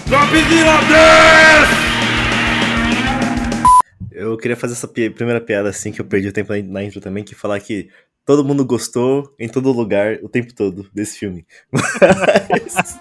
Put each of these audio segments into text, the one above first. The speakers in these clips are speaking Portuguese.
Dropzilla 10! Eu queria fazer essa primeira piada assim, que eu perdi o tempo na intro também, que falar que todo mundo gostou em todo lugar, o tempo todo, desse filme. Mas...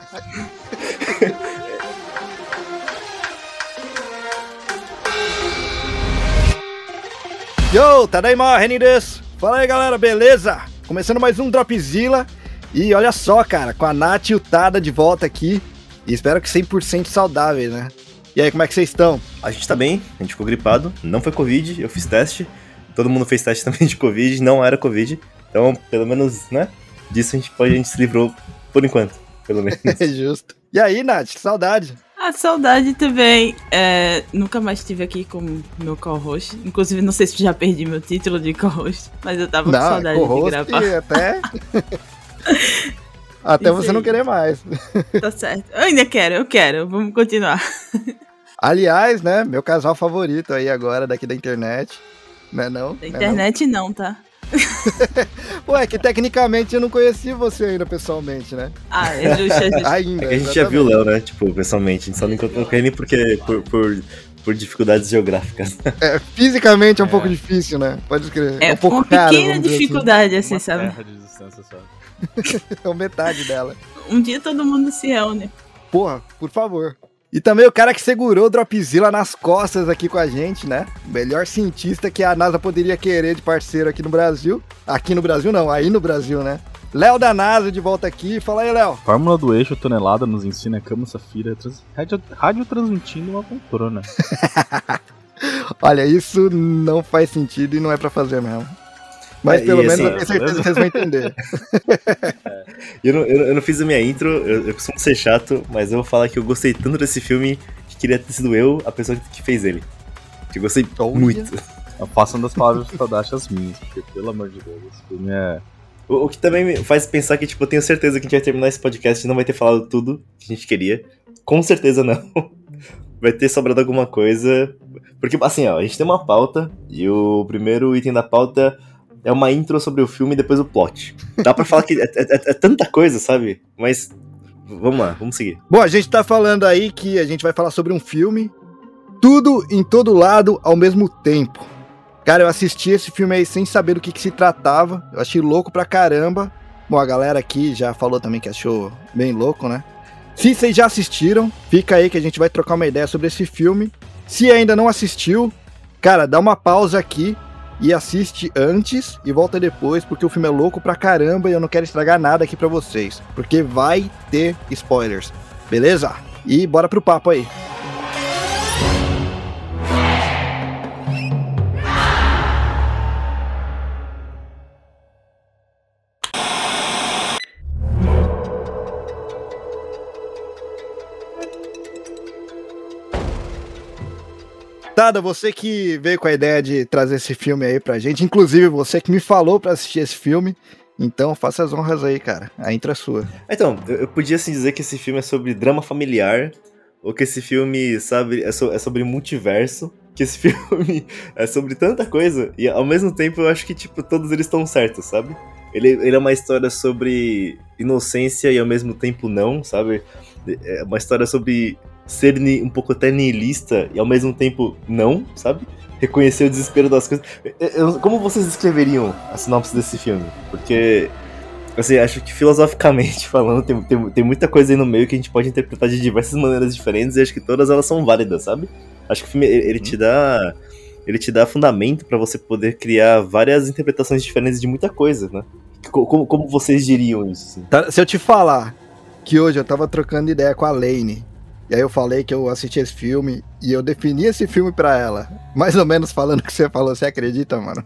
Yo, Tadaima, Renin desu! Fala aí, galera, beleza? Começando mais um Dropzilla. E olha só, cara, com a Nath e o Tada de volta aqui. E espero que 100% saudáveis, né? E aí, como é que vocês estão? A gente tá bem, a gente ficou gripado, não foi Covid, eu fiz teste. Todo mundo fez teste também de Covid, não era Covid. Então, pelo menos, né? Disso a gente se livrou por enquanto, pelo menos. Justo. E aí, Nath, que saudade? A saudade também. Nunca mais estive aqui com meu co-host. Inclusive, não sei se já perdi meu título de co-host, mas eu tava com saudade de gravar. Até você não querer mais. Tá certo. Eu ainda eu quero. Vamos continuar. Aliás, né, meu casal favorito aí agora daqui da internet. Não é não? Da internet não, tá? Ué, que tecnicamente eu não conheci você ainda pessoalmente, né? Ah, é justo, é justo. Ainda, é que a gente já viu o Léo, né? Tipo, pessoalmente. A gente só não encontrou com ele porque por dificuldades geográficas. Fisicamente é um pouco difícil, né? Pode escrever. É um pouco uma caro, pequena dificuldade, assim, sabe? Terra de distância só. É metade dela. Um dia todo mundo se reúne. Porra, por favor. E também o cara que segurou o Dropzilla nas costas aqui com a gente, né? O melhor cientista que a NASA poderia querer de parceiro aqui no Brasil. Aqui no Brasil não, aí no Brasil, né? Léo da NASA de volta aqui. Fala aí, Léo. Fórmula do eixo tonelada nos ensina Cama Safira rádio transmitindo uma poltrona. Olha, isso não faz sentido e não é pra fazer mesmo. Mas pelo menos assim, eu tenho certeza que vocês vão entender. Eu não fiz a minha intro, eu costumo ser chato, mas eu vou falar que eu gostei tanto desse filme que queria ter sido eu a pessoa que fez ele. Que eu gostei muito. Eu faço uma das palavras de Tadashi as minhas, porque pelo amor de Deus, esse filme é... O que também me faz pensar que, tipo, eu tenho certeza que a gente vai terminar esse podcast e não vai ter falado tudo que a gente queria. Com certeza não. Vai ter sobrado alguma coisa. Porque, assim, ó, a gente tem uma pauta e o primeiro item da pauta... é uma intro sobre o filme e depois o plot. Dá pra falar que é tanta coisa, sabe? Mas vamos lá, vamos seguir. Bom, a gente tá falando aí que a gente vai falar sobre um filme, tudo em todo lado ao mesmo tempo. Cara, eu assisti esse filme aí sem saber do que se tratava. Eu achei louco pra caramba. Bom, a galera aqui já falou também que achou bem louco, né? Se vocês já assistiram, fica aí que a gente vai trocar uma ideia sobre esse filme. Se ainda não assistiu, cara, dá uma pausa aqui e assiste antes e volta depois, porque o filme é louco pra caramba e eu não quero estragar nada aqui pra vocês, porque vai ter spoilers, beleza? E bora pro papo aí. Tada, você que veio com a ideia de trazer esse filme aí pra gente, inclusive você que me falou pra assistir esse filme, então faça as honras aí, cara, a intro é sua. Então, eu podia assim dizer que esse filme é sobre drama familiar, ou que esse filme, sabe, é sobre multiverso, que esse filme é sobre tanta coisa, e ao mesmo tempo eu acho que, tipo, todos eles estão certos, sabe? Ele é uma história sobre inocência e ao mesmo tempo não, sabe? É uma história sobre ser um pouco até nihilista e ao mesmo tempo não, sabe? Reconhecer o desespero das coisas. Como vocês descreveriam a sinopse desse filme? Porque, assim, acho que filosoficamente falando, tem muita coisa aí no meio que a gente pode interpretar de diversas maneiras diferentes e acho que todas elas são válidas, sabe? Acho que o filme, ele te dá fundamento pra você poder criar várias interpretações diferentes de muita coisa, né? Como vocês diriam isso? Assim? Se eu te falar que hoje eu tava trocando ideia com a Lane, e aí eu falei que eu assisti esse filme e eu defini esse filme pra ela, mais ou menos falando o que você falou, você acredita, mano?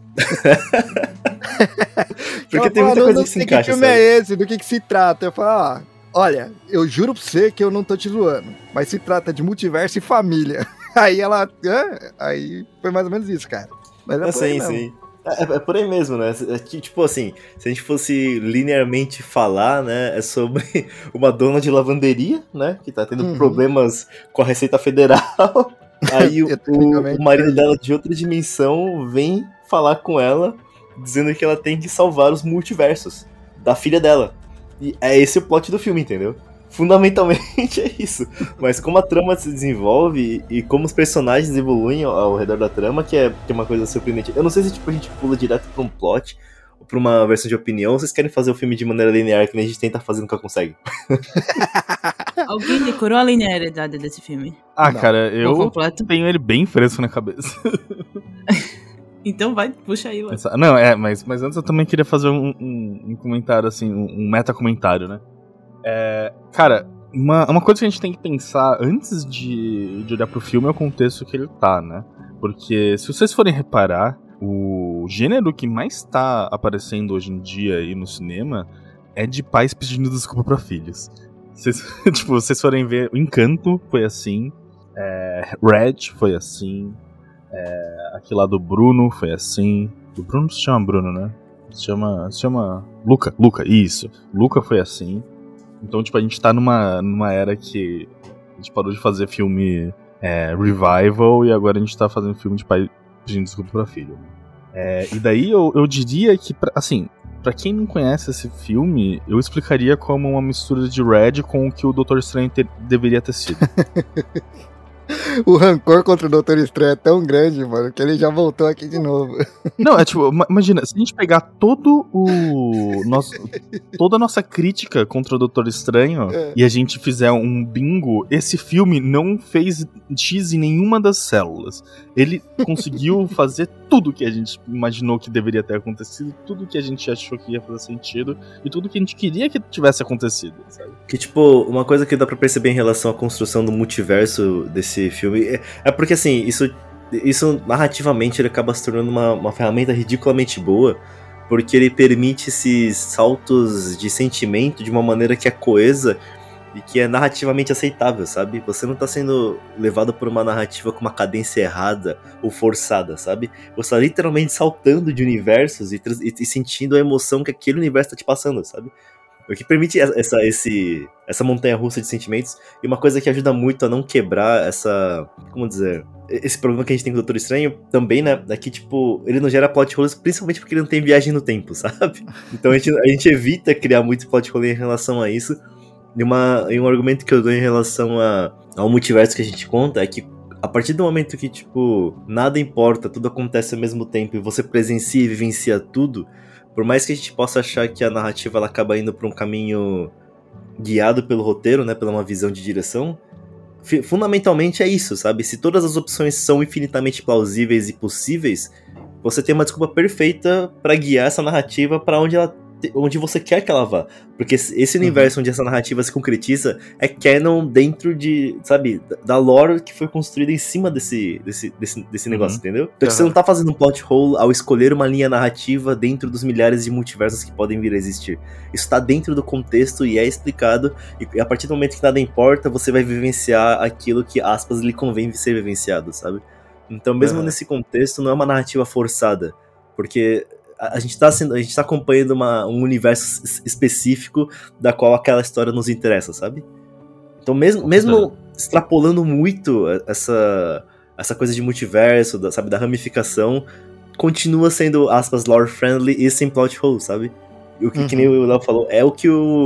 Porque tem muita coisa que se encaixa, que filme é esse? Do que se trata? Eu falo, olha, eu juro pra você que eu não tô te zoando, mas se trata de multiverso e família. Aí ela, aí foi mais ou menos isso, cara. Mas é sim. É por aí mesmo, né? Tipo assim, se a gente fosse linearmente falar, né? É sobre uma dona de lavanderia, né? Que tá tendo problemas com a Receita Federal. Aí o marido dela de outra dimensão vem falar com ela, dizendo que ela tem que salvar os multiversos da filha dela. E é esse o plot do filme, entendeu? Fundamentalmente é isso. Mas como a trama se desenvolve e como os personagens evoluem ao redor da trama, que é uma coisa surpreendente. Eu não sei se tipo, a gente pula direto pra um plot ou pra uma versão de opinião, ou vocês querem fazer o filme de maneira linear, que nem a gente tenta fazer e nunca consegue. Alguém decorou a linearidade desse filme? Ah, Não. cara, eu completo? tenho ele bem fresco na cabeça. Então vai, puxa aí, Léo. Não, mas antes eu também queria fazer um comentário, assim, um meta-comentário, né? Cara, uma coisa que a gente tem que pensar antes de olhar pro filme é o contexto que ele tá, né? Porque se vocês forem reparar, o gênero que mais tá aparecendo hoje em dia aí no cinema é de pais pedindo desculpa pra filhos. Vocês forem ver, o Encanto foi assim, Red foi assim, aquele lá do Bruno foi assim. O Bruno se chama Bruno, né? Se chama Luca, isso. Luca foi assim. Então, tipo, a gente tá numa era que a gente parou de fazer filme revival e agora a gente tá fazendo filme de pai pedindo desculpa pra filho. E daí eu diria que, pra quem não conhece esse filme, eu explicaria como uma mistura de Red com o que o Doutor Estranho deveria ter sido. O rancor contra o Doutor Estranho é tão grande, mano, que ele já voltou aqui de novo. Não, imagina, se a gente pegar toda a nossa crítica contra o Doutor Estranho e a gente fizer um bingo, esse filme não fez X em nenhuma das células. Ele conseguiu fazer tudo que a gente imaginou que deveria ter acontecido, tudo que a gente achou que ia fazer sentido e tudo que a gente queria que tivesse acontecido, sabe? Que, tipo, uma coisa que dá pra perceber em relação à construção do multiverso desse filme é porque, assim, isso narrativamente ele acaba se tornando uma ferramenta ridiculamente boa, porque ele permite esses saltos de sentimento de uma maneira que é coesa e que é narrativamente aceitável, sabe? Você não tá sendo levado por uma narrativa com uma cadência errada ou forçada, sabe? Você tá literalmente saltando de universos e sentindo a emoção que aquele universo tá te passando, sabe? O que permite essa montanha-russa de sentimentos, e uma coisa que ajuda muito a não quebrar esse problema que a gente tem com o Doutor Estranho também, né, é que, tipo, ele não gera plot holes, principalmente porque ele não tem viagem no tempo, sabe? Então a gente evita criar muito plot hole em relação a isso, e um argumento que eu dou em relação ao multiverso que a gente conta é que a partir do momento que, tipo, nada importa, tudo acontece ao mesmo tempo, e você presencia e vivencia tudo, por mais que a gente possa achar que a narrativa ela acaba indo para um caminho guiado pelo roteiro, né, pela uma visão de direção, fundamentalmente é isso, sabe? Se todas as opções são infinitamente plausíveis e possíveis, você tem uma desculpa perfeita para guiar essa narrativa para onde você quer que ela vá. Porque esse universo onde essa narrativa se concretiza é canon dentro de, sabe, da lore que foi construída em cima desse negócio, entendeu? Então você não tá fazendo um plot hole ao escolher uma linha narrativa dentro dos milhares de multiversos que podem vir a existir. Isso tá dentro do contexto e é explicado, e a partir do momento que nada importa, você vai vivenciar aquilo que, aspas, lhe convém ser vivenciado, sabe? Então mesmo nesse contexto, não é uma narrativa forçada, porque a gente tá acompanhando um universo específico da qual aquela história nos interessa, sabe? Então mesmo extrapolando muito essa coisa de multiverso, sabe, da ramificação, continua sendo, aspas, lore-friendly e sem plot hole, sabe? E o que nem o Léo falou, é o que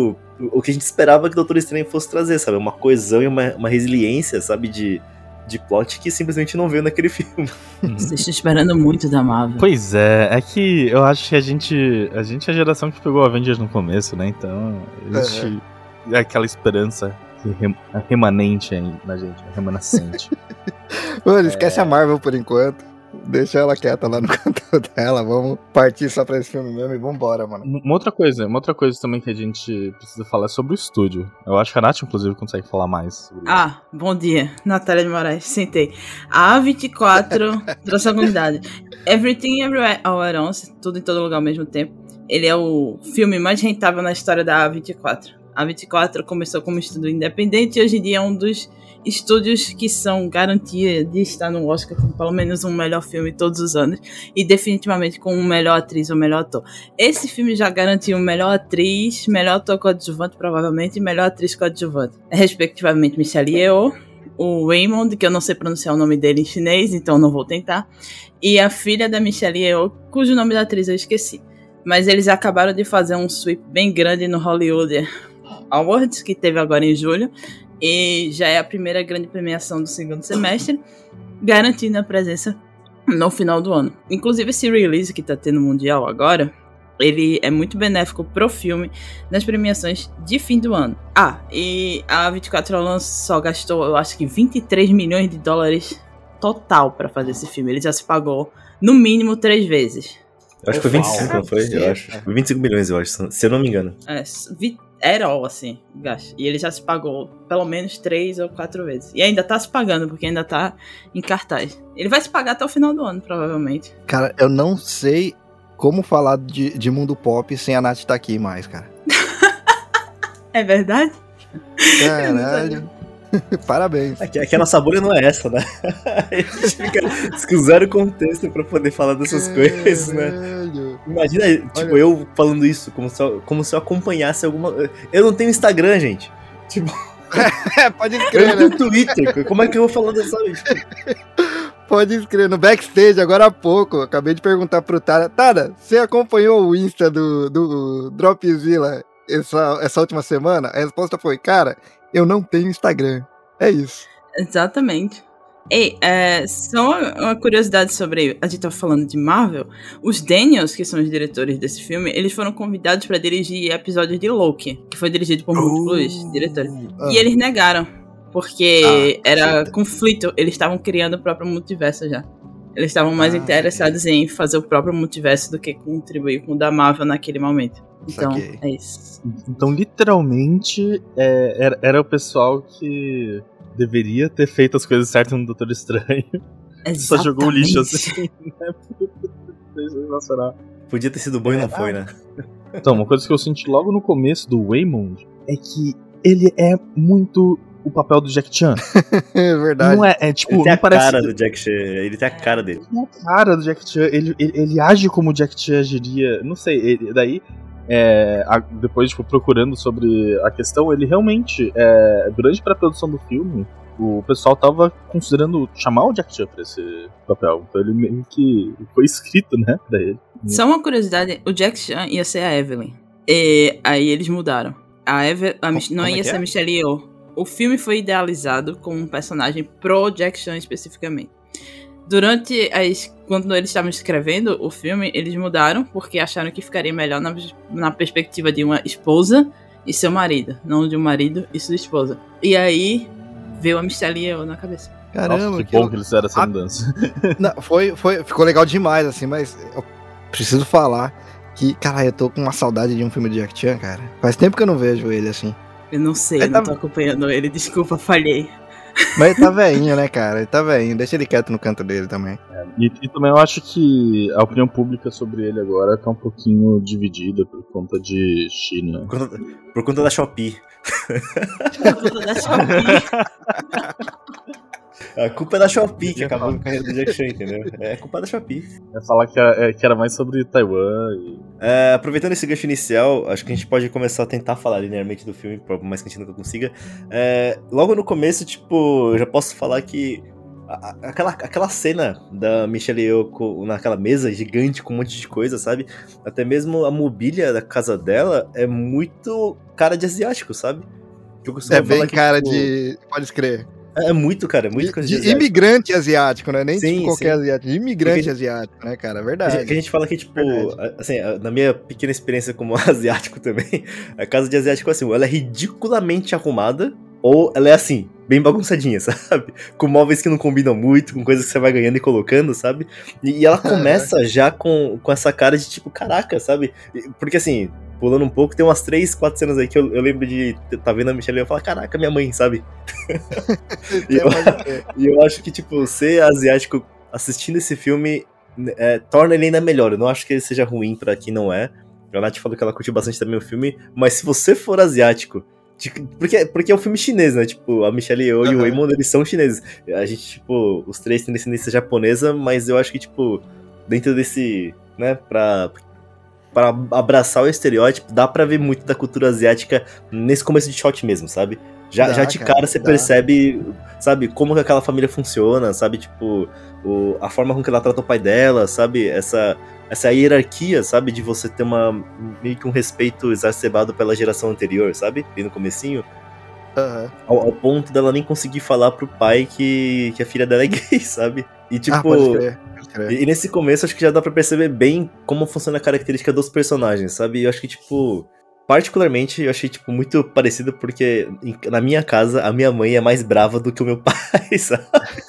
a gente esperava que o Doutor Estranho fosse trazer, sabe? Uma coesão e uma resiliência, sabe, de plot que simplesmente não veio naquele filme. Vocês estão esperando muito da Marvel. Pois é que eu acho que a gente é a geração que pegou Avengers no começo, né? Então, existe aquela esperança remanente aí na gente, remanescente. Mano, esquece a Marvel por enquanto. Deixa ela quieta lá no canto dela. Vamos partir só pra esse filme mesmo e vambora, mano. Uma outra coisa também que a gente precisa falar é sobre o estúdio. Eu acho que a Nath, inclusive, consegue falar mais sobre isso. Bom dia. Natália de Moraes, sentei. A A24 trouxe a comunidade. Everything Everywhere All at Once, tudo em todo lugar ao mesmo tempo. Ele é o filme mais rentável na história da A24. A A24 começou como estúdio independente e hoje em dia é um dos estúdios que são garantia de estar no Oscar com pelo menos um melhor filme todos os anos e definitivamente com um melhor atriz ou melhor ator. Esse filme já garantiu melhor atriz, melhor ator coadjuvante provavelmente e melhor atriz coadjuvante, respectivamente Michelle Yeoh, o Raymond, que eu não sei pronunciar o nome dele em chinês, então não vou tentar, e a filha da Michelle Yeoh, cujo nome da atriz eu esqueci. Mas eles acabaram de fazer um sweep bem grande no Hollywood Awards, que teve agora em julho, e já é a primeira grande premiação do segundo semestre, garantindo a presença no final do ano. Inclusive, esse release que tá tendo mundial agora, ele é muito benéfico pro filme nas premiações de fim do ano. E a 24 Horas só gastou, eu acho que 23 milhões de dólares total pra fazer esse filme. Ele já se pagou, no mínimo, 3 vezes. Eu acho que foi 25, não foi? Eu acho. Foi 25 milhões, eu acho, se eu não me engano. Era all, assim, gasto. E ele já se pagou pelo menos 3 ou 4 vezes. E ainda tá se pagando, porque ainda tá em cartaz. Ele vai se pagar até o final do ano, provavelmente. Cara, eu não sei como falar de mundo pop sem a Nath estar aqui mais, cara. É verdade? Caralho. Parabéns. É que a nossa bolha não é essa, né? A gente fica com zero contexto pra poder falar dessas coisas, né? Imagina, tipo, eu falando isso, como se eu acompanhasse alguma... Eu não tenho Instagram, gente. Tipo... Pode Eu escrever, não tenho Twitter. Como é que eu vou falar dessa vez? Pode escrever. No backstage, agora há pouco, eu acabei de perguntar pro Tada. Tada, você acompanhou o Insta do Dropzilla essa última semana? A resposta foi, cara, eu não tenho Instagram. É isso. Exatamente. Ei, só uma curiosidade sobre... A gente tá falando de Marvel. Os Daniels, que são os diretores desse filme, eles foram convidados pra dirigir episódios de Loki, que foi dirigido por múltiplos diretores. E eles negaram, porque era conflito. Eles estavam criando o próprio multiverso já. Eles estavam mais interessados em fazer o próprio multiverso do que contribuir com o da Marvel naquele momento. Então, é isso. Então, literalmente, era o pessoal que deveria ter feito as coisas certas no Doutor Estranho. Exatamente. Só jogou o lixo assim, né? Sensacional. Podia ter sido bom e não foi, né? Então, uma coisa que eu senti logo no começo do Waymond é que ele é muito o papel do Jack Chan. É verdade. Não é tipo, ele tem não a parece... cara do Jack Chan, ele tem a cara dele. Ele tem a cara do Jack Chan, ele age como o Jack Chan agiria, não sei, daí... depois, tipo, procurando sobre a questão, ele realmente, durante a pré-produção do filme, o pessoal tava considerando chamar o Jack Chan pra esse papel. Então ele meio que foi escrito, né, pra ele. Só uma curiosidade, o Jack Chan ia ser a Evelyn. E aí eles mudaram. Não ia ser a Michelle Yeoh. O filme foi idealizado como um personagem pro Jack Chan especificamente. Quando eles estavam escrevendo o filme, eles mudaram porque acharam que ficaria melhor na perspectiva de uma esposa e seu marido, não de um marido e sua esposa. E aí veio a Michelle Yeoh na cabeça. Caramba, nossa, que bom que eles fizeram essa mudança. Não, ficou legal demais, assim, mas eu preciso falar que, caralho, eu tô com uma saudade de um filme de Jack Chan, cara. Faz tempo que eu não vejo ele, assim. Eu não sei, eu não tô acompanhando ele, desculpa, falhei. Mas ele tá velhinho, né, cara? Ele tá velhinho, deixa ele quieto no canto dele também. E também eu acho que a opinião pública sobre ele agora tá um pouquinho dividida por conta de China. Por conta da Shopee. Por conta da Shopee. A culpa é da Shopee que acabou com a carreira do Jack Chan, entendeu? É culpa da Shopee. Eu ia falar que era mais sobre Taiwan e... Aproveitando esse gancho inicial, acho que a gente pode começar a tentar falar linearmente do filme, por mais que a gente nunca consiga. Logo no começo, tipo, eu já posso falar que aquela cena da Michelle Yeoh naquela mesa gigante com um monte de coisa, sabe? Até mesmo a mobília da casa dela é muito cara de asiático, sabe? Bem que, cara, tipo, de... Pode escrever. É muito, cara, é muito coisa de asiático. Imigrante asiático, né? Nem sim, tipo qualquer sim. asiático. Imigrante asiático, né, cara? Verdade. Que a gente fala que, tipo, assim, na minha pequena experiência como asiático também, a casa de asiático, assim, ela é ridiculamente arrumada, ou ela é assim, bem bagunçadinha, sabe? Com móveis que não combinam muito, com coisas que você vai ganhando e colocando, sabe? E ela começa já com essa cara de tipo, caraca, sabe? Porque assim, pulando um pouco, tem umas 3, 4 cenas aí que eu lembro de tá vendo a Michelle e eu falo, caraca, minha mãe, sabe? e eu acho que, tipo, ser asiático assistindo esse filme torna ele ainda melhor. Eu não acho que ele seja ruim pra quem não é. A Nath falou que ela curtiu bastante também o filme, mas se você for asiático, porque é um filme chinês, né? Tipo, a Michelle Yeoh e o Waymond, eles são chineses. A gente, tipo, os três têm descendência japonesa, mas eu acho que, tipo, dentro desse, né, pra abraçar o estereótipo, dá pra ver muito da cultura asiática nesse começo de shot mesmo, sabe? Já de cara você percebe, sabe, como que aquela família funciona, sabe? Tipo, a forma com que ela trata o pai dela, sabe? essa hierarquia, sabe? De você ter meio que um respeito exacerbado pela geração anterior, sabe? Bem no comecinho. Ao ponto dela nem conseguir falar pro pai que a filha dela é gay, sabe? E tipo... Pode crer. E nesse começo acho que já dá pra perceber bem como funciona a característica dos personagens, sabe? E eu acho que, tipo... Particularmente, eu achei, tipo, muito parecido porque na minha casa, a minha mãe é mais brava do que o meu pai, sabe?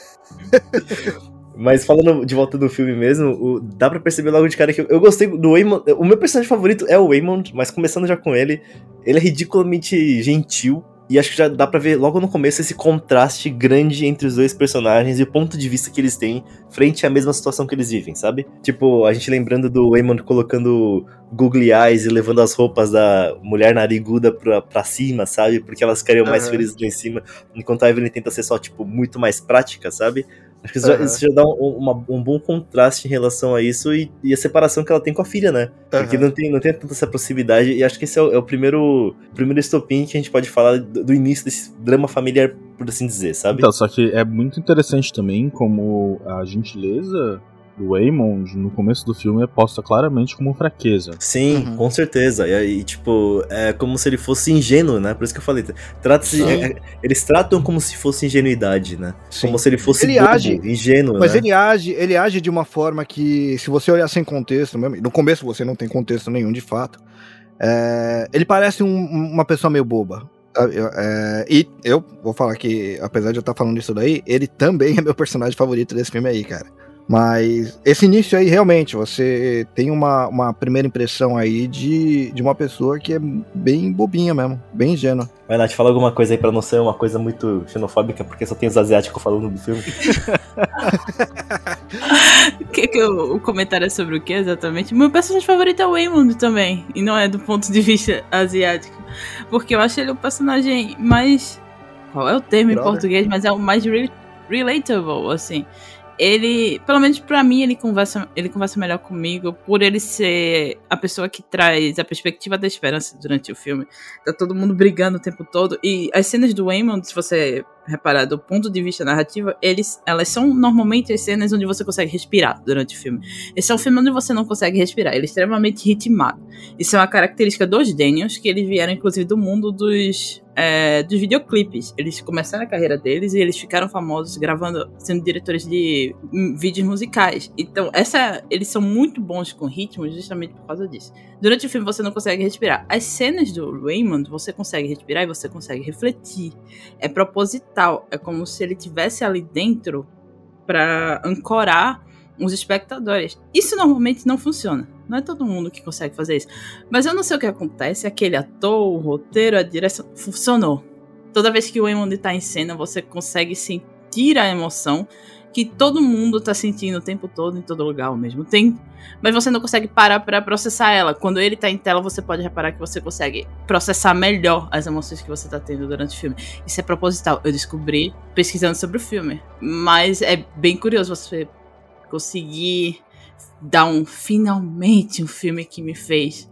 Mas falando de volta do filme mesmo, dá pra perceber logo de cara que eu gostei do Waymond. O meu personagem favorito é o Waymond, mas começando já com ele é ridiculamente gentil. E acho que já dá pra ver logo no começo esse contraste grande entre os dois personagens e o ponto de vista que eles têm frente à mesma situação que eles vivem, sabe? Tipo, a gente lembrando do Waymond colocando googly eyes e levando as roupas da mulher nariguda pra cima, sabe? Porque elas ficariam mais felizes lá em cima, enquanto a Evelyn tenta ser só, tipo, muito mais prática, sabe? Acho que isso já dá um bom contraste em relação a isso e a separação que ela tem com a filha, né? Porque não tem tanta essa proximidade, e acho que esse é o primeiro estopim que a gente pode falar do início desse drama familiar, por assim dizer, sabe? Então, só que é muito interessante também como a gentileza do Waymond no começo do filme é posta claramente como fraqueza. Sim, com certeza. E tipo, é como se ele fosse ingênuo, né? Por isso que eu falei. Eles tratam como se fosse ingenuidade, né? Sim. Como se ele fosse ingênuo, mas né? Ele age de uma forma que, se você olhar sem contexto, mesmo, no começo você não tem contexto nenhum, de fato, ele parece uma pessoa meio boba. E eu vou falar que, apesar de eu estar falando isso daí, ele também é meu personagem favorito desse filme aí, cara. Mas esse início aí, realmente, você tem uma primeira impressão aí de uma pessoa que é bem bobinha mesmo, bem ingênua. Vai, Nath, fala alguma coisa aí pra não ser uma coisa muito xenofóbica, porque só tem os asiáticos falando do filme. O comentário é sobre o que exatamente? Meu personagem favorito é o Waymond também, e não é do ponto de vista asiático, porque eu acho ele o personagem mais... Qual é o termo em português? Mas é o mais relatable, assim. Ele, pelo menos pra mim, ele conversa melhor comigo por ele ser a pessoa que traz a perspectiva da esperança durante o filme. Tá todo mundo brigando o tempo todo. E as cenas do Waymond, se você reparar do ponto de vista narrativo, elas são normalmente as cenas onde você consegue respirar durante o filme. Esse é um filme onde você não consegue respirar. Ele é extremamente ritmado. Isso é uma característica dos Daniels, que eles vieram inclusive do mundo dos videoclipes. Eles começaram a carreira deles e eles ficaram famosos sendo diretores de vídeos musicais. Então, eles são muito bons com ritmos justamente por causa disso. Durante o filme você não consegue respirar. As cenas do Waymond, você consegue respirar e você consegue refletir. É proposital. É como se ele estivesse ali dentro pra ancorar os espectadores. Isso normalmente não funciona. Não é todo mundo que consegue fazer isso. Mas eu não sei o que acontece. Aquele ator, o roteiro, a direção... Funcionou. Toda vez que o Waymond tá em cena, você consegue sentir a emoção que todo mundo tá sentindo o tempo todo, em todo lugar, ao mesmo tempo. Mas você não consegue parar pra processar ela. Quando ele tá em tela, você pode reparar que você consegue processar melhor as emoções que você tá tendo durante o filme. Isso é proposital. Eu descobri pesquisando sobre o filme. Mas é bem curioso você conseguir dar finalmente um filme que me fez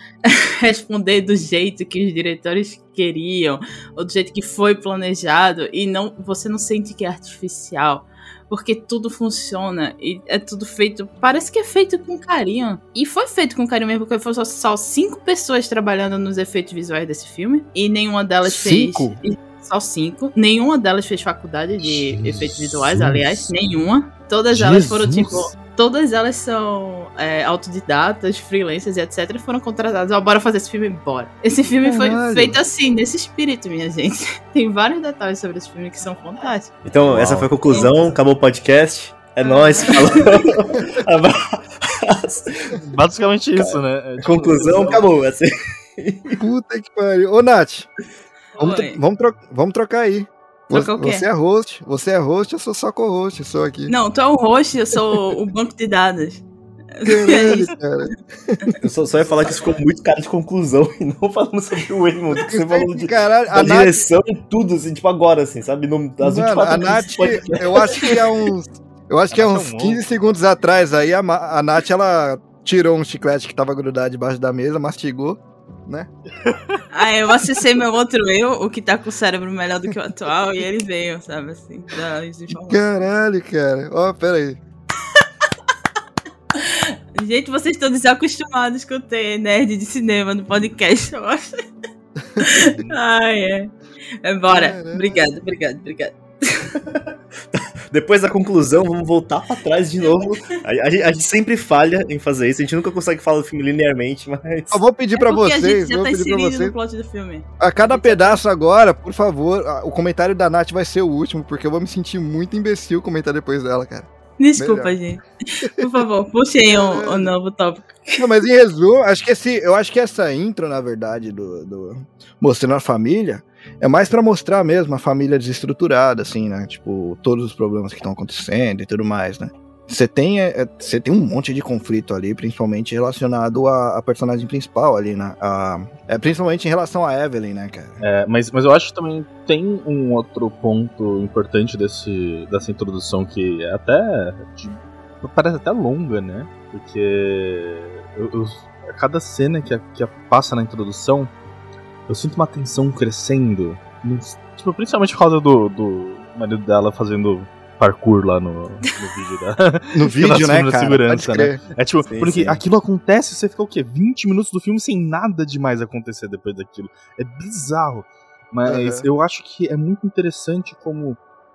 responder do jeito que os diretores queriam, ou do jeito que foi planejado, e você não sente que é artificial, porque tudo funciona e é tudo feito, parece que é feito com carinho, e foi feito com carinho mesmo, porque foram só 5 pessoas trabalhando nos efeitos visuais desse filme, e nenhuma delas fez... Só 5. Nenhuma delas fez faculdade de efeitos visuais, aliás, nenhuma. Todas elas foram, todas elas são autodidatas, freelancers e etc. E foram contratadas. Bora fazer esse filme, bora. Esse filme foi feito assim, nesse espírito, minha gente. Tem vários detalhes sobre esse filme que são fantásticos. Então, essa foi a conclusão. Acabou o podcast. É nóis, falou. Basicamente isso, né? Conclusão, acabou. Assim. Puta que pariu. Ô, Nath. Vamos trocar aí. Você é host, eu sou só co-host, eu sou aqui. Não, tu é o host, eu sou o banco de dados. Caralho, cara. Eu só ia falar que isso ficou muito cara de conclusão e não falando sobre o Waymond, que você falou de a direção e tudo, assim, tipo agora, assim, sabe? As últimas a Nath, eu acho que há uns 15 segundos atrás aí, a Nath, ela tirou um chiclete que tava grudado debaixo da mesa, mastigou, né? Eu acessei meu outro eu, o que tá com o cérebro melhor do que o atual, e ele veio, sabe, assim, Caralho, cara. Ó, pera aí. Gente, vocês estão desacostumados com ter nerd de cinema no podcast, eu acho. Ai, é. Bora. Obrigado. Depois da conclusão, vamos voltar pra trás de novo. A gente sempre falha em fazer isso. A gente nunca consegue falar do filme linearmente, mas... Eu vou pedir pra porque vocês. a gente já vou tá pedir pra inserido vocês. no plot do filme. A cada pedaço agora, por favor, o comentário da Nath vai ser o último, porque eu vou me sentir muito imbecil comentar depois dela, cara. Desculpa, Melhor. gente. Por favor, puxem um novo tópico. Não, mas em resumo, eu acho que essa intro, na verdade, do Mostrando a Família, é mais pra mostrar mesmo a família desestruturada, assim, né? Tipo, todos os problemas que estão acontecendo e tudo mais, né? Você tem um monte de conflito ali, principalmente relacionado à personagem principal ali, né? Principalmente em relação a Evelyn, né, cara? Mas eu acho que também tem um outro ponto importante dessa introdução que é até... parece até longa, né? Porque a cada cena que passa na introdução, eu sinto uma tensão crescendo. Tipo, principalmente por causa do marido dela fazendo parkour lá no vídeo da... No vídeo, né, cara? Segurança, né? É tipo, Sim, porque sim. aquilo acontece, você fica o quê? 20 minutos do filme sem nada demais acontecer depois daquilo. É bizarro. Mas eu acho que é muito interessante como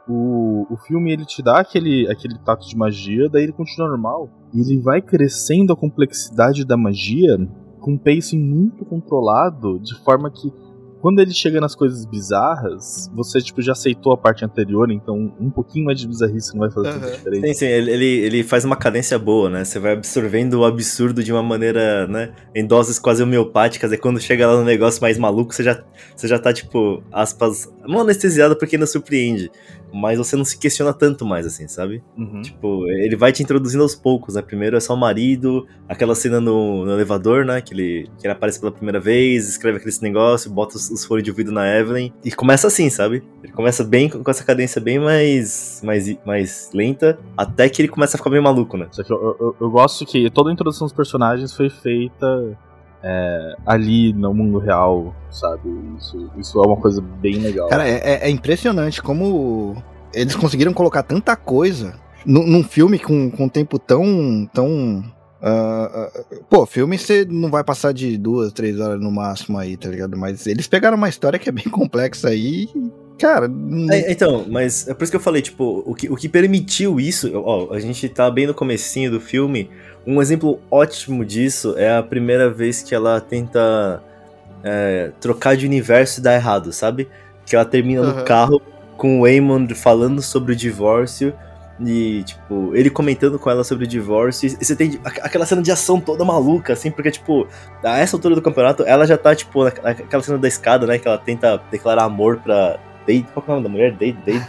o filme, ele te dá aquele tato de magia, daí ele continua normal. E ele vai crescendo a complexidade da magia com um pacing muito controlado, de forma que quando ele chega nas coisas bizarras, você tipo, já aceitou a parte anterior, então um pouquinho mais de bizarrice não vai fazer tanta diferença. Sim, ele faz uma cadência boa, né? Você vai absorvendo o absurdo de uma maneira, né? Em doses quase homeopáticas, e quando chega lá no negócio mais maluco, você já tá, tipo, aspas, não anestesiado porque ainda surpreende, mas você não se questiona tanto mais, assim, sabe? Uhum. Tipo, ele vai te introduzindo aos poucos, né? Primeiro é só o marido, aquela cena no elevador, né? Que ele aparece pela primeira vez, escreve aquele negócio, bota os fones de ouvido na Evelyn, e começa assim, sabe? Ele começa bem, com essa cadência bem mais lenta, até que ele começa a ficar meio maluco, né? Só que eu gosto que toda a introdução dos personagens foi feita ali no mundo real, sabe? Isso é uma coisa bem legal. Cara, é impressionante como eles conseguiram colocar tanta coisa num filme com um tempo tão pô, filme você não vai passar de 2, 3 horas no máximo aí, tá ligado? Mas eles pegaram uma história que é bem complexa aí, cara... Então, mas é por isso que eu falei, tipo, o que permitiu isso, ó, a gente tá bem no comecinho do filme, um exemplo ótimo disso é a primeira vez que ela tenta trocar de universo e dá errado, sabe? Que ela termina no carro com o Waymond falando sobre o divórcio e, tipo, ele comentando com ela sobre o divórcio, e você tem aquela cena de ação toda maluca, assim, porque, tipo, a essa altura do campeonato, ela já tá, tipo, naquela cena da escada, né, que ela tenta declarar amor pra... Qual que é o nome da mulher?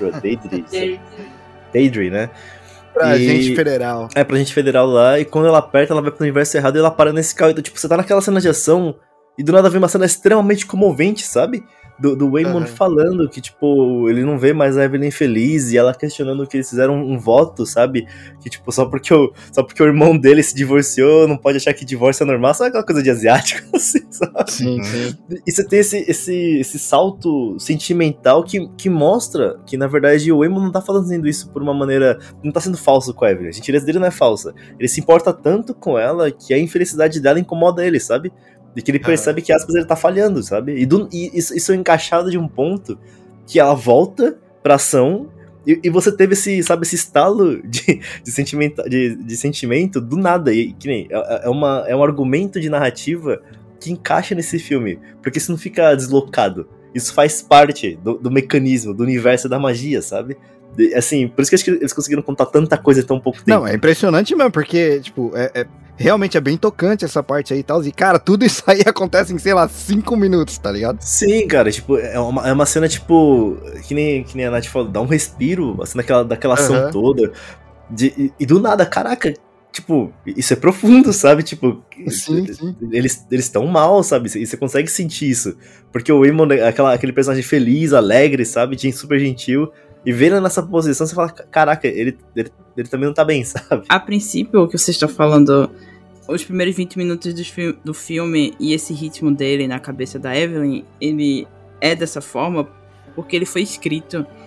Deidre, né? Pra gente federal. Pra gente federal lá, e quando ela aperta, ela vai pro universo errado e ela para nesse carro. Então, tipo, você tá naquela cena de ação e do nada vem uma cena extremamente comovente, sabe? Do Waymond falando que, tipo, ele não vê mais a Evelyn feliz e ela questionando que eles fizeram um voto, sabe? Que, tipo, só porque o irmão dele se divorciou, não pode achar que divórcio é normal. Sabe aquela coisa de asiático, assim, sabe? Sim. E você tem esse salto sentimental que mostra que, na verdade, o Waymond não tá fazendo isso por uma maneira... Não tá sendo falso com a Evelyn. A gentileza dele não é falsa. Ele se importa tanto com ela que a infelicidade dela incomoda ele, sabe? E que ele percebe que, aspas, ele tá falhando, sabe? E isso é encaixado de um ponto que ela volta pra ação e você teve esse estalo de sentimento do nada. E que nem é um argumento de narrativa que encaixa nesse filme, porque isso não fica deslocado. Isso faz parte do mecanismo, do universo da magia, sabe? Assim, por isso que eu acho que eles conseguiram contar tanta coisa em tão pouco tempo. Não, é impressionante mesmo, porque, tipo, realmente é bem tocante essa parte aí e tal. E, cara, tudo isso aí acontece em, sei lá, 5 minutos, tá ligado? Sim, cara, tipo, é uma cena, tipo, que nem a Nath falou, dá um respiro, assim, daquela ação toda. E do nada, caraca, tipo, isso é profundo, sabe? Tipo, Sim. eles estão mal, sabe? E você consegue sentir isso. Porque o Waymond é aquele personagem feliz, alegre, sabe? Super gentil. E vendo nessa posição, você fala, caraca, ele também não tá bem, sabe? A princípio, o que vocês estão falando, os primeiros 20 minutos do filme e esse ritmo dele na cabeça da Evelyn, ele é dessa forma porque ele foi escrito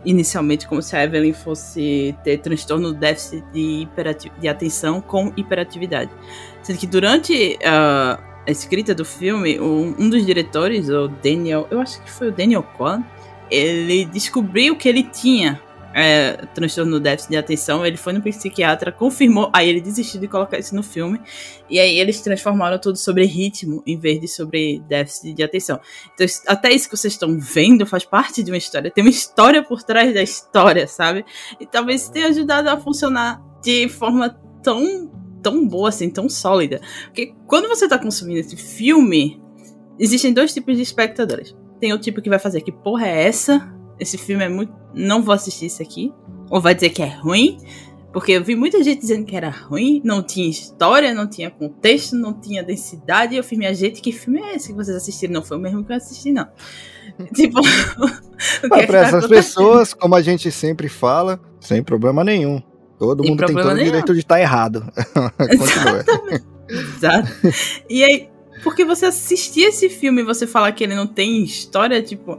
inicialmente como se a Evelyn fosse ter transtorno déficit de atenção com hiperatividade. Sendo que durante a escrita do filme, um dos diretores, o Daniel, eu acho que foi o Daniel Kwan, ele descobriu que ele tinha transtorno déficit de atenção, ele foi no psiquiatra, confirmou, aí ele desistiu de colocar isso no filme, e aí eles transformaram tudo sobre ritmo, em vez de sobre déficit de atenção. Então, até isso que vocês estão vendo faz parte de uma história, tem uma história por trás da história, sabe? E talvez isso tenha ajudado a funcionar de forma tão boa, assim, tão sólida. Porque quando você tá consumindo esse filme, existem dois tipos de espectadores. Tem o tipo que vai fazer, que porra é essa? Esse filme é muito... Não vou assistir isso aqui. Ou vai dizer que é ruim. Porque eu vi muita gente dizendo que era ruim. Não tinha história, não tinha contexto, não tinha densidade. E eu fiz, minha gente, que filme é esse que vocês assistiram? Não foi o mesmo que eu assisti, não. Tipo... Pra essas pessoas, como a gente sempre fala, sem problema nenhum. Todo mundo tem todo o direito de estar errado. Continua. Exato. E aí, porque você assistir esse filme e você falar que ele não tem história, tipo...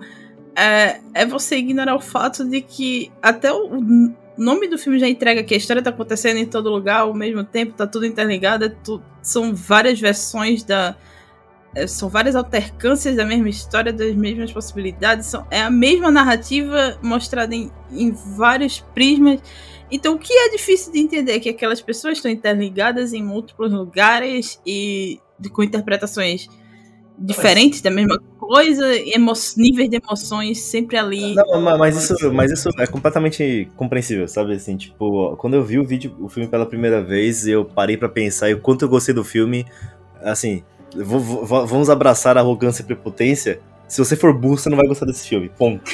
É você ignorar o fato de que até o nome do filme já entrega que a história tá acontecendo em todo lugar ao mesmo tempo, tá tudo interligado, são várias versões são várias altercâncias da mesma história, das mesmas possibilidades, é a mesma narrativa mostrada em vários prismas. Então o que é difícil de entender é que aquelas pessoas estão interligadas em múltiplos lugares e com interpretações diferentes da mesma coisa, níveis de emoções sempre ali. Não, mas isso é completamente compreensível, sabe? Assim, tipo, quando eu vi o filme pela primeira vez, eu parei pra pensar e o quanto eu gostei do filme. Assim, vamos abraçar a arrogância e prepotência. Se você for burro, você não vai gostar desse filme. Ponto.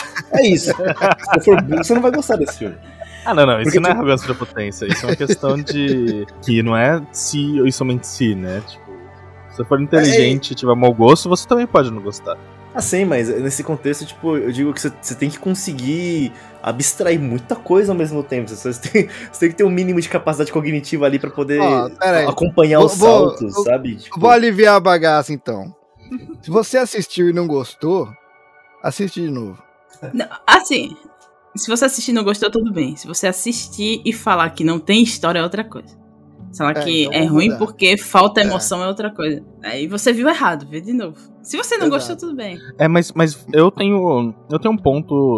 É isso. Se você for burro, você não vai gostar desse filme. Não, isso não é arrogância e prepotência. Isso é uma questão de... que não é si e somente si, né? Tipo, se você for inteligente e tiver mau gosto, você também pode não gostar. Sim, mas nesse contexto, tipo, eu digo que você tem que conseguir abstrair muita coisa ao mesmo tempo. Você tem que ter um mínimo de capacidade cognitiva ali pra poder acompanhar os saltos, sabe? Tipo... Vou aliviar a bagaça, então. Se você assistiu e não gostou, assiste de novo. Não, assim, se você assistir e não gostou, tudo bem. Se você assistir e falar que não tem história, é outra coisa. Falar que então é ruim porque falta emoção é outra coisa. Aí você viu errado, vê de novo. Se você não gostou, tudo bem. Mas eu tenho um ponto,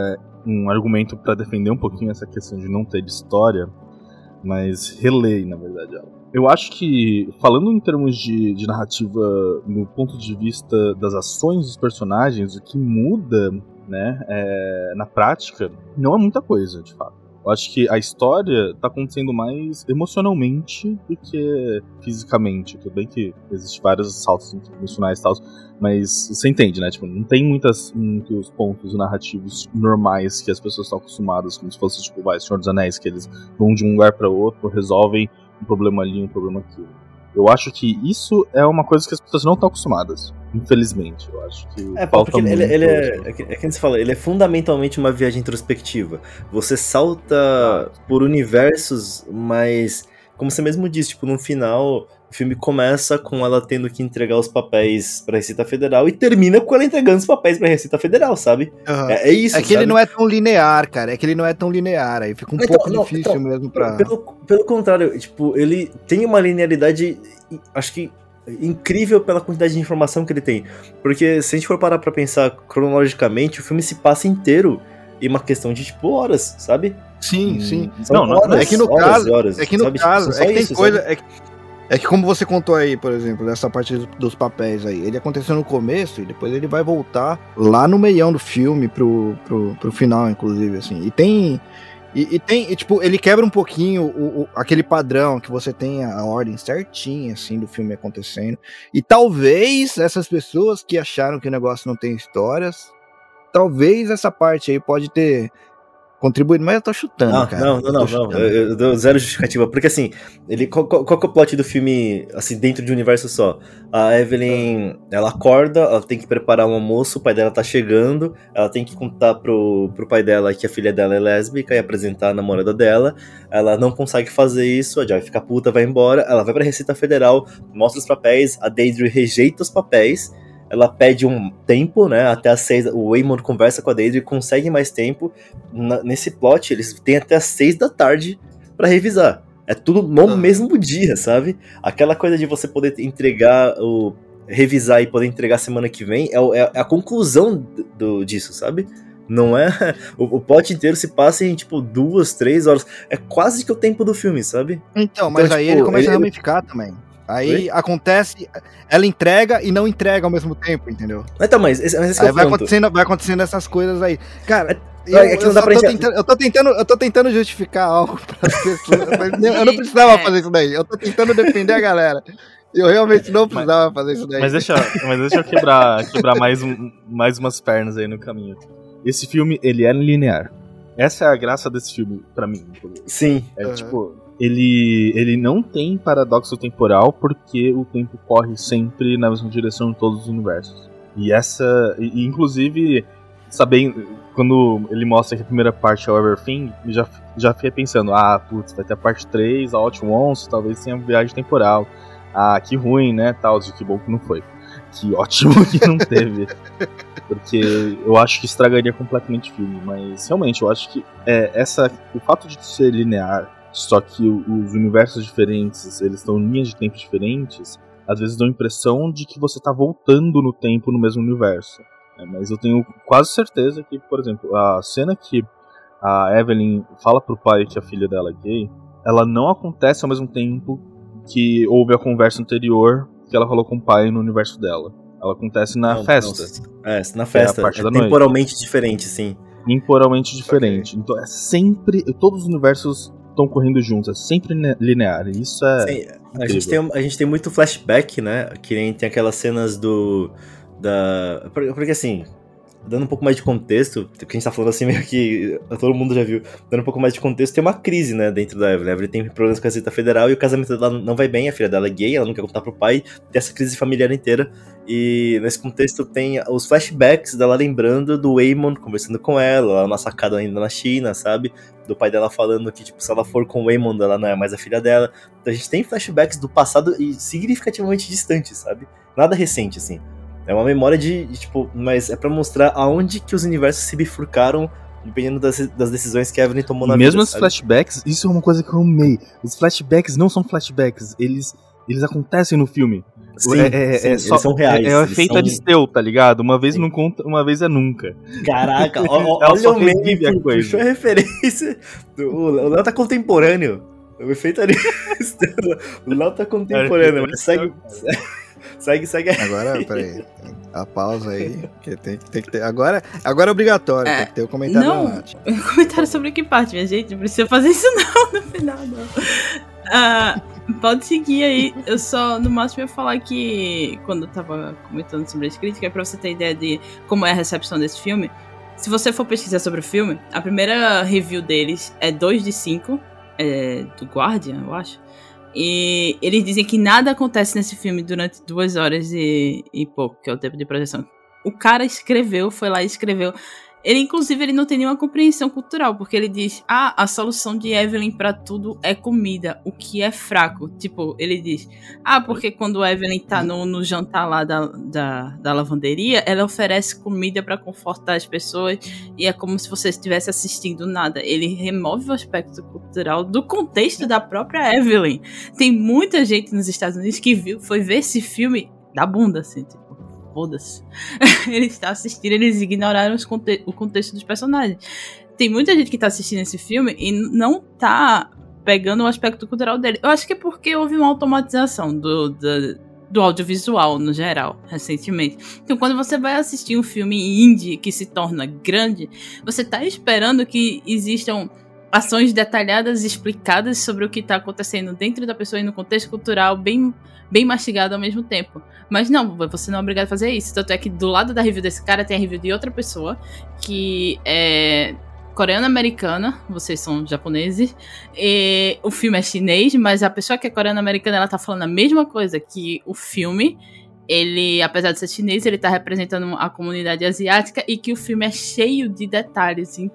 um argumento pra defender um pouquinho essa questão de não ter história, mas relei, na verdade, ela. Eu acho que, falando em termos de narrativa no ponto de vista das ações dos personagens, o que muda, né, na prática, não é muita coisa, de fato. Eu acho que a história tá acontecendo mais emocionalmente do que fisicamente. Tudo bem que existem vários saltos emocionais e tal, mas você entende, né? Tipo, não tem muitos pontos narrativos normais que as pessoas estão acostumadas, como se fosse, tipo, Senhor dos Anéis, que eles vão de um lugar para outro, resolvem um problema ali, um problema aqui. Eu acho que isso é uma coisa que as pessoas não estão acostumadas, infelizmente. Eu acho que falta porque muito. É que você fala, ele é fundamentalmente uma viagem introspectiva. Você salta por universos, mas, como você mesmo disse, tipo, no final, o filme começa com ela tendo que entregar os papéis pra Receita Federal e termina com ela entregando os papéis pra Receita Federal, sabe? Uhum. É isso, que ele não é tão linear, cara. Aí fica um pouco difícil mesmo pra... Pelo contrário, tipo, ele tem uma linearidade, acho que incrível pela quantidade de informação que ele tem. Porque se a gente for parar pra pensar cronologicamente, o filme se passa inteiro em uma questão de, tipo, horas, sabe? Sim. São horas, é que no horas, é que no sabe? caso, Tipo, é que tem isso, coisa... É que como você contou aí, por exemplo, dessa parte dos papéis aí, ele aconteceu no começo e depois ele vai voltar lá no meião do filme pro final, inclusive, assim. E tipo, ele quebra um pouquinho aquele padrão que você tem a ordem certinha, assim, do filme acontecendo. E talvez essas pessoas que acharam que o negócio não tem histórias, talvez essa parte aí pode ter contribuído, mas eu tô chutando, cara. Não. Eu dou zero justificativa. Porque assim, qual que é o plot do filme, assim, dentro de um universo só? A Evelyn, ela acorda, ela tem que preparar um almoço, o pai dela tá chegando, ela tem que contar pro pai dela que a filha dela é lésbica e apresentar a namorada dela. Ela não consegue fazer isso, a Joy fica puta, vai embora, ela vai pra Receita Federal, mostra os papéis, a Deidre rejeita os papéis. ela pede um tempo, né, até as 6, o Waymond conversa com a Daisy e consegue mais tempo. Nesse plot, eles têm até as 6 da tarde pra revisar. É tudo no mesmo dia, sabe? Aquela coisa de você poder entregar, revisar e poder entregar semana que vem é a conclusão disso, sabe? Não é... O plot inteiro se passa em, tipo, 2, 3 horas. É quase que o tempo do filme, sabe? Então, mas aí tipo, ele começa a ramificar também. Aí acontece, ela entrega e não entrega ao mesmo tempo, entendeu? Então, mas esse aí é o ponto. vai acontecendo essas coisas aí. Cara, eu tô tentando justificar algo pras pessoas. Eu não precisava fazer isso daí. Eu tô tentando defender a galera. Eu realmente não precisava fazer isso daí. Mas deixa eu quebrar mais umas pernas aí no caminho. Esse filme, ele é linear. Essa é a graça desse filme, pra mim. Sim. Tipo, ele não tem paradoxo temporal porque o tempo corre sempre na mesma direção em todos os universos. E inclusive, sabendo, quando ele mostra que a primeira parte é o Everything, já fiquei pensando, putz, vai ter a parte 3, a Hot Ones, talvez tenha viagem temporal. Que ruim, né, tal, que bom que não foi. Que ótimo que não teve. Porque eu acho que estragaria completamente o filme. Mas realmente, eu acho que o fato de ser linear, só que os universos diferentes, eles estão em linhas de tempo diferentes, às vezes dão a impressão de que você tá voltando no tempo no mesmo universo. Mas eu tenho quase certeza que, por exemplo, a cena que a Evelyn fala pro pai que a filha dela é gay, ela não acontece ao mesmo tempo que houve a conversa anterior que ela falou com o pai no universo dela. Ela acontece na festa. Na festa. É a parte da temporalmente noite. Diferente, sim. Temporalmente diferente. Okay. Então é sempre... Todos os universos estão correndo juntos. É sempre linear. E isso é... Sim, a gente tem muito flashback, né? Que nem tem aquelas cenas porque assim... Dando um pouco mais de contexto, que a gente tá falando assim meio que todo mundo já viu, dando um pouco mais de contexto, tem uma crise, né, dentro da Evelyn. A Evelyn tem problemas com a Receita Federal e o casamento dela não vai bem, a filha dela é gay, ela não quer contar pro pai, tem essa crise familiar inteira. E nesse contexto tem os flashbacks dela lembrando do Waymond conversando com ela na sacada ainda na China, sabe? Do pai dela falando que, tipo, se ela for com o Waymond, ela não é mais a filha dela. Então a gente tem flashbacks do passado e significativamente distantes, sabe? Nada recente, assim. É uma memória tipo, mas é pra mostrar aonde que os universos se bifurcaram, dependendo das decisões que a Evelyn tomou na vida. Mesmo os flashbacks, isso é uma coisa que eu amei. Os flashbacks não são flashbacks, eles acontecem no filme. Sim, eles são reais. É o efeito Aristeu, tá ligado? Uma vez não conta, uma vez é nunca. Caraca, olha o meme, puxou a referência. O Léo tá contemporâneo. O efeito Aristeu. O Léo tá contemporâneo, mas segue. Agora, peraí. A pausa aí, que tem que ter. Agora é obrigatório, tem que ter o comentário da Nath. Comentário sobre que parte, minha gente? Não precisa fazer isso não, no final, não. Pode seguir aí. Eu só, no máximo, ia falar que, quando eu tava comentando sobre as críticas, pra você ter ideia de como é a recepção desse filme, se você for pesquisar sobre o filme, a primeira review deles é 2 de 5, do Guardian, eu acho. E eles dizem que nada acontece nesse filme durante 2 horas e pouco, que é o tempo de projeção. O cara foi lá e escreveu. Ele, inclusive, ele não tem nenhuma compreensão cultural, porque ele diz, a solução de Evelyn pra tudo é comida, o que é fraco. Tipo, ele diz, porque quando a Evelyn tá no jantar lá da lavanderia, ela oferece comida pra confortar as pessoas, e é como se você estivesse assistindo nada. Ele remove o aspecto cultural do contexto da própria Evelyn. Tem muita gente nos Estados Unidos que foi ver esse filme da bunda, assim, tipo. Foda-se. Eles estão assistindo, eles ignoraram o contexto dos personagens. Tem muita gente que tá assistindo esse filme e não tá pegando o aspecto cultural dele. Eu acho que é porque houve uma automatização do audiovisual, no geral, recentemente. Então, quando você vai assistir um filme indie que se torna grande, você tá esperando que existam ações detalhadas e explicadas sobre o que tá acontecendo dentro da pessoa e no contexto cultural bem mastigado ao mesmo tempo. Mas não, você não é obrigado a fazer isso. Tanto é que do lado da review desse cara tem a review de outra pessoa, que é coreana-americana, vocês são japoneses, e o filme é chinês, mas a pessoa que é coreana-americana, ela tá falando a mesma coisa, que o filme, ele, apesar de ser chinês, ele tá representando a comunidade asiática, e que o filme é cheio de detalhes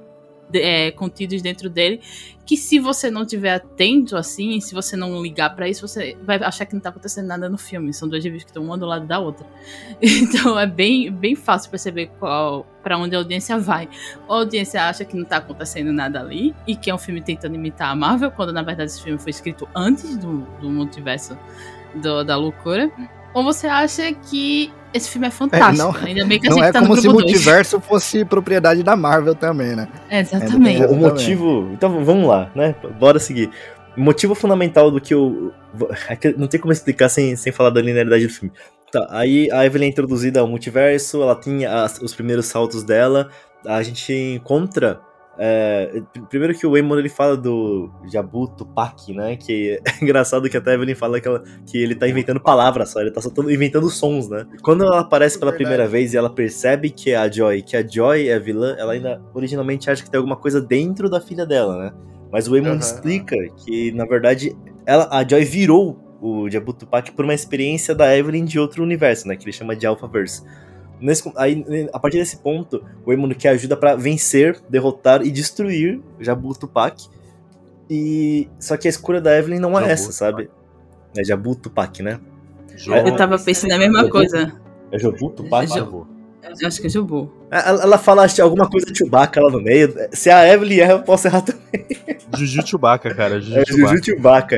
contidos dentro dele, que se você não estiver atento, assim, se você não ligar pra isso, você vai achar que não tá acontecendo nada no filme. São duas revistas que estão uma do lado da outra. Então é bem, bem fácil perceber pra onde a audiência vai. Ou a audiência acha que não tá acontecendo nada ali, e que é um filme tentando imitar a Marvel, quando na verdade esse filme foi escrito antes do multiverso da loucura. Ou você acha que esse filme é fantástico? Ainda bem que a não gente é tá no como se o grupo 2. multiverso fosse propriedade da Marvel também, né? Exatamente. O motivo... Então, vamos lá, né? Bora seguir. O motivo fundamental do que eu... Não tem como explicar sem falar da linearidade do filme. Tá, aí a Evelyn é introduzida ao multiverso, ela tem os primeiros saltos dela, a gente encontra... primeiro que o Waymond, ele fala do Jabu Tupac, né, que é engraçado que até a Evelyn fala que ele tá inventando palavras só, ele tá só inventando sons, né. Quando ela aparece pela primeira vez e ela percebe que a Joy é a vilã, ela ainda originalmente acha que tem alguma coisa dentro da filha dela, né, mas o Waymond explica que, na verdade, a Joy virou o Jabu Tupac por uma experiência da Evelyn de outro universo, né, que ele chama de Alphaverse. Aí, a partir desse ponto, o Waymond quer ajuda pra vencer, derrotar e destruir Jabu Tupac. Só que a escolha da Evelyn não é essa, sabe? É Jabu Tupac, né? Eu tava pensando a mesma coisa. É Jabu Tupac? Eu acho que é Jabu. Ela fala alguma coisa de Chewbacca lá no meio. Se a Evelyn erra, eu posso errar também. Juju Chewbacca, cara. Juju Chewbacca.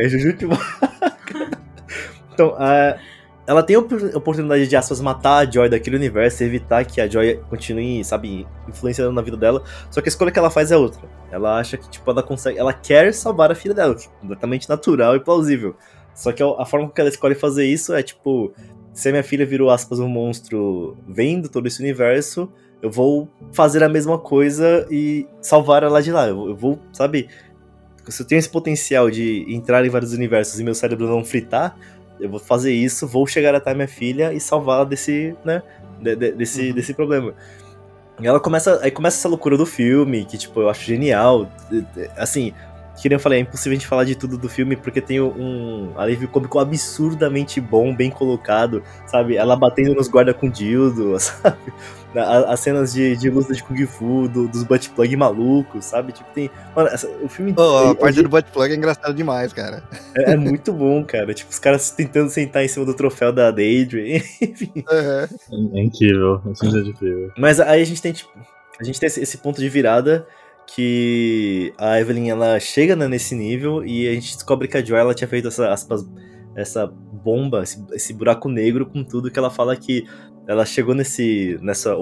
Então, ela tem a oportunidade de, aspas, matar a Joy daquele universo e evitar que a Joy continue, sabe, influenciando na vida dela. Só que a escolha que ela faz é outra. Ela acha que, tipo, ela quer salvar a filha dela, que é completamente natural e plausível. Só que a forma que ela escolhe fazer isso é, tipo, se a minha filha virou, aspas, um monstro vendo todo esse universo, eu vou fazer a mesma coisa e salvar ela de lá. Eu vou, sabe, se eu tenho esse potencial de entrar em vários universos e meu cérebro não fritar, eu vou fazer isso, vou chegar até minha filha e salvá-la desse, né, desse problema. E começa essa loucura do filme, que, tipo, eu acho genial. Assim, que nem eu falei, é impossível a gente falar de tudo do filme, porque tem um alívio cômico absurdamente bom, bem colocado, sabe? Ela batendo nos guarda com dildo, sabe? As cenas de luta de Kung Fu, dos butt plug malucos, sabe? Tipo, tem... Mano, o filme... a parte do butt plug é engraçado demais, cara. É muito bom, cara. Tipo, os caras tentando sentar em cima do troféu da Adrian, enfim. É incrível, é incrível. Mas aí a gente tem esse ponto de virada que a Evelyn, ela chega, né, nesse nível e a gente descobre que a Joy, ela tinha feito essa bomba, esse buraco negro com tudo, que ela fala que ela chegou nessa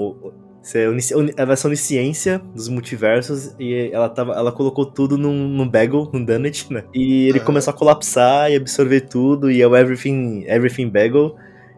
onisciência dos multiversos e ela colocou tudo num bagel, num donut, né? E ele começou a colapsar e absorver tudo, e é o Everything Bagel.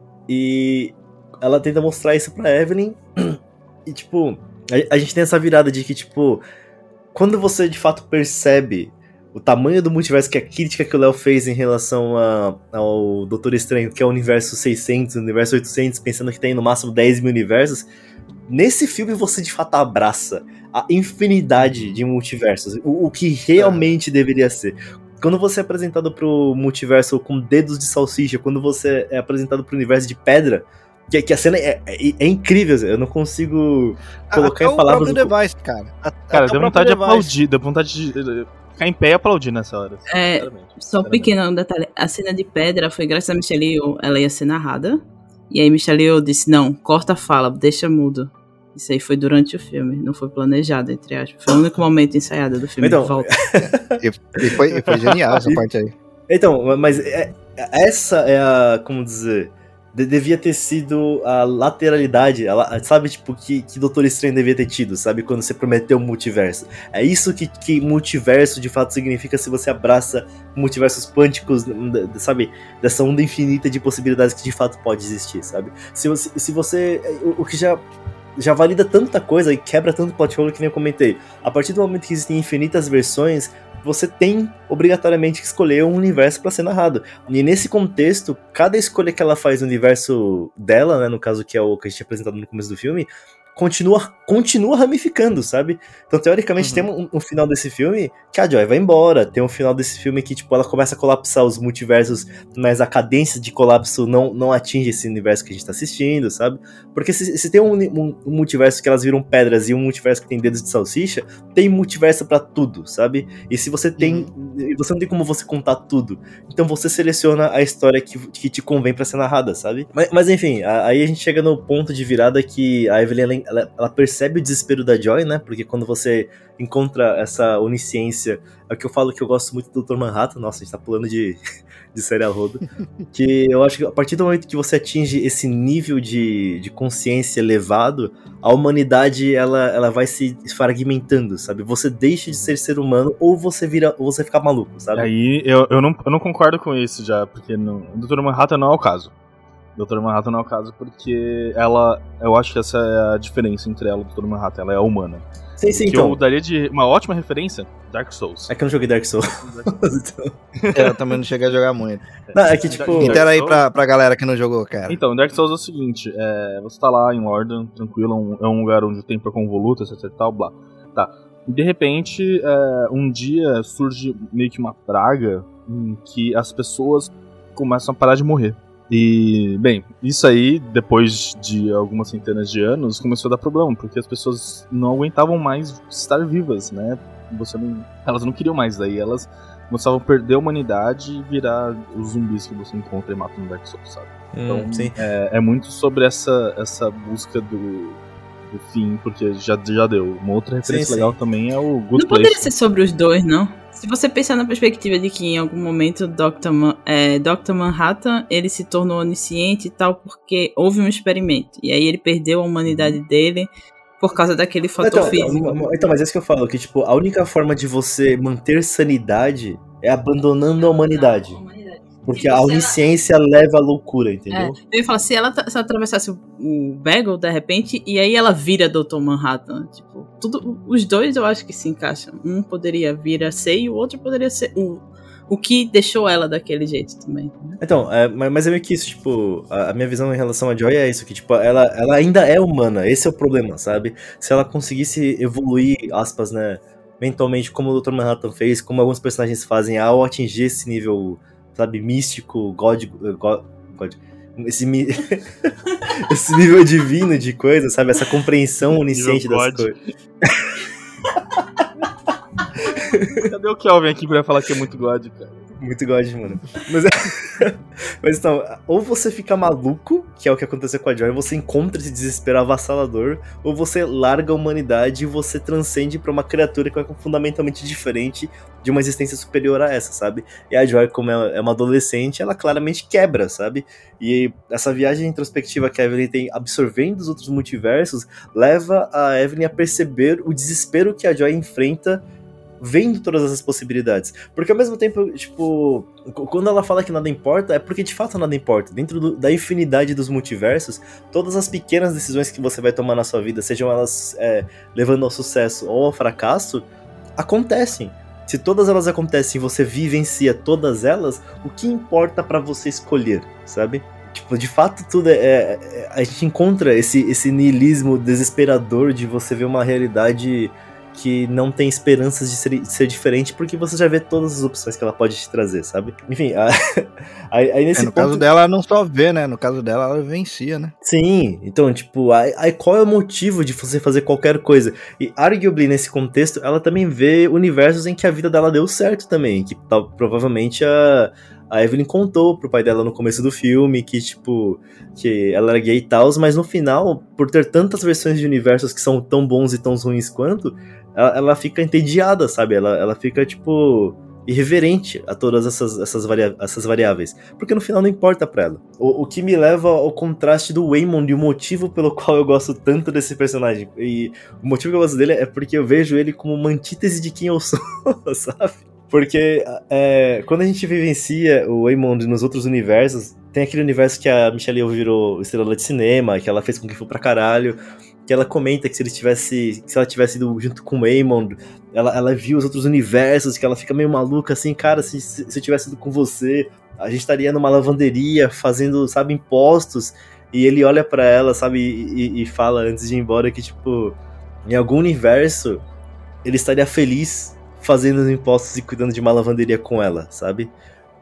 E ela tenta mostrar isso pra Evelyn e, tipo, a gente tem essa virada de que, tipo, quando você de fato percebe o tamanho do multiverso, que é a crítica que o Léo fez em relação ao Doutor Estranho, que é o universo 600, o universo 800, pensando que tem no máximo 10 mil universos, nesse filme você de fato abraça a infinidade de multiversos, o que realmente deveria ser. Quando você é apresentado pro multiverso com dedos de salsicha, quando você é apresentado pro universo de pedra, que a cena é incrível, eu não consigo colocar em palavras... O próprio Device, cara. Cara, deu vontade de aplaudir, deu vontade de ficar em pé e aplaudir nessa hora. Só um pequeno detalhe, a cena de pedra foi graças a Michelle Yeoh, ela ia ser narrada, e aí Michelle Yeoh disse, não, corta a fala, deixa mudo. Isso aí foi durante o filme, não foi planejado, entre aspas. Foi o único momento ensaiado do filme. Então... Volta. e foi genial essa parte aí. Então, mas essa é a, como dizer... Devia ter sido a lateralidade, sabe, tipo, que Doutor Estranho devia ter tido, sabe, quando você prometeu um multiverso. É isso que multiverso de fato significa, se você abraça multiversos quânticos, sabe, dessa onda infinita de possibilidades que de fato pode existir, sabe. Se você o que já valida tanta coisa e quebra tanto plot hole, que nem eu comentei, a partir do momento que existem infinitas versões, você tem obrigatoriamente que escolher um universo para ser narrado. E nesse contexto, cada escolha que ela faz no universo dela, né, no caso que é o que a gente tinha apresentado no começo do filme, continua ramificando, sabe? Então, teoricamente, tem um final desse filme que a Joy vai embora, tem um final desse filme que, tipo, ela começa a colapsar os multiversos, mas a cadência de colapso não atinge esse universo que a gente tá assistindo, sabe? Porque se tem um multiverso que elas viram pedras e um multiverso que tem dedos de salsicha, tem multiverso pra tudo, sabe? E se você tem... Você não tem como você contar tudo. Então você seleciona a história que te convém pra ser narrada, sabe? Mas enfim, aí a gente chega no ponto de virada que a Evelyn, ela percebe o desespero da Joy, né? Porque quando você encontra essa onisciência, é o que eu falo que eu gosto muito do Dr. Manhattan. Nossa, a gente tá pulando de série a rodo. Que eu acho que a partir do momento que você atinge esse nível de consciência elevado, a humanidade, ela vai se fragmentando, sabe? Você deixa de ser humano ou você fica maluco, sabe? Aí eu não concordo com isso já, porque no Dr. Manhattan não é o caso. Dr. Manhattan não é o caso porque eu acho que essa é a diferença entre ela e o Dr. Manhattan, ela é humana. Sim, que então. eu daria de uma ótima referência, Dark Souls. É que eu não joguei Dark Souls. Então... Eu também não cheguei a jogar muito. Não, é que tipo... Inteira aí pra galera que não jogou, cara. Então, Dark Souls é o seguinte, você tá lá em Lordaeron, tranquilo, é um lugar onde o tempo é convoluto, etc e tal, blá. Tá. De repente, um dia surge meio que uma praga em que as pessoas começam a parar de morrer. E, bem, isso aí, depois de algumas centenas de anos, começou a dar problema, porque as pessoas não aguentavam mais estar vivas, né? Elas não queriam mais, daí elas começavam a perder a humanidade e virar os zumbis que você encontra e mata no Dark Souls, sabe? Então, sim. É muito sobre essa busca do fim, porque já deu. Uma outra referência legal também é o Good Place. Não poderia ser sobre os dois, não? Se você pensar na perspectiva de que em algum momento Dr. Manhattan ele se tornou onisciente e tal porque houve um experimento. E aí ele perdeu a humanidade dele por causa daquele fator físico. Então, mas é isso que eu falo, que tipo, a única forma de você manter sanidade é abandonando a humanidade. Porque a onisciência leva à loucura, entendeu? Eu ia falar, se ela atravessasse o Bagel, de repente, e aí ela vira Dr. Manhattan. Tipo, os dois eu acho que se encaixam. Um poderia vir a ser e o outro poderia ser o que deixou ela daquele jeito também. Né? Então, mas é meio que isso, tipo, a minha visão em relação a Joy é isso, que tipo, ela ainda é humana, esse é o problema, sabe? Se ela conseguisse evoluir, aspas, né, mentalmente, como o Dr. Manhattan fez, como alguns personagens fazem ao atingir esse nível... sabe, místico, esse nível divino de coisa, sabe, essa compreensão onisciente das coisas. Cadê o Kelvin aqui pra falar que é muito God, cara? Muito God, mano. Mas então, ou você fica maluco, que é o que aconteceu com a Joy, você encontra esse desespero avassalador, ou você larga a humanidade e você transcende pra uma criatura que é fundamentalmente diferente de uma existência superior a essa, sabe? E a Joy, como ela é uma adolescente, ela claramente quebra, sabe? E essa viagem introspectiva que a Evelyn tem absorvendo os outros multiversos leva a Evelyn a perceber o desespero que a Joy enfrenta vendo todas essas possibilidades. Porque ao mesmo tempo, tipo, quando ela fala que nada importa, é porque de fato nada importa. Dentro da infinidade dos multiversos, todas as pequenas decisões que você vai tomar na sua vida, sejam elas levando ao sucesso ou ao fracasso, acontecem. Se todas elas acontecem e você vivencia todas elas, o que importa pra você escolher, sabe? Tipo, de fato, tudo a gente encontra esse niilismo desesperador de você ver uma realidade que não tem esperanças de ser diferente, porque você já vê todas as opções que ela pode te trazer, sabe? Enfim, aí nesse no caso dela, ela não só vê, né? No caso dela, ela vencia, né? Sim, então, tipo, aí qual é o motivo de você fazer qualquer coisa? E, arguably, nesse contexto, ela também vê universos em que a vida dela deu certo também, que provavelmente a Evelyn contou pro pai dela no começo do filme que, tipo, que ela era gay e tal, mas no final, por ter tantas versões de universos que são tão bons e tão ruins quanto, ela fica entediada, sabe? Ela fica, tipo, irreverente a todas essas variáveis. Porque no final não importa pra ela. O que me leva ao contraste do Waymond e o motivo pelo qual eu gosto tanto desse personagem. E o motivo que eu gosto dele é porque eu vejo ele como uma antítese de quem eu sou, sabe? Porque quando a gente vivencia o Waymond nos outros universos, tem aquele universo que a Michelle Yeoh virou estrela de cinema, que ela fez com que for pra caralho, que ela comenta que se ela tivesse ido junto com o Waymond, ela viu os outros universos, que ela fica meio maluca assim, cara, se eu tivesse ido com você, a gente estaria numa lavanderia fazendo, sabe, impostos. e ele olha pra ela, sabe, e fala antes de ir embora que, tipo, em algum universo, ele estaria feliz fazendo os impostos e cuidando de uma lavanderia com ela, sabe?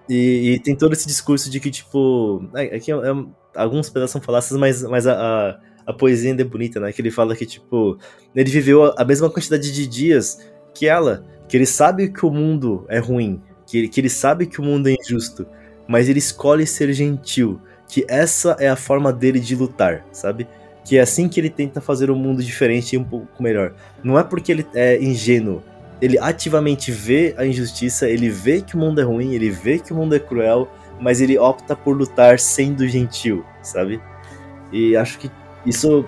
E tem todo esse discurso de que, tipo, aqui alguns pedaços são falácias, mas a poesia ainda é bonita, né? Que ele fala que, tipo, ele viveu a mesma quantidade de dias que ela, que ele sabe que o mundo é ruim, que ele sabe que o mundo é injusto, mas ele escolhe ser gentil, que essa é a forma dele de lutar, sabe? Que é assim que ele tenta fazer o mundo diferente e um pouco melhor. Não é porque ele é ingênuo, ele ativamente vê a injustiça, ele vê que o mundo é ruim, ele vê que o mundo é cruel, mas ele opta por lutar sendo gentil, sabe? E acho que isso...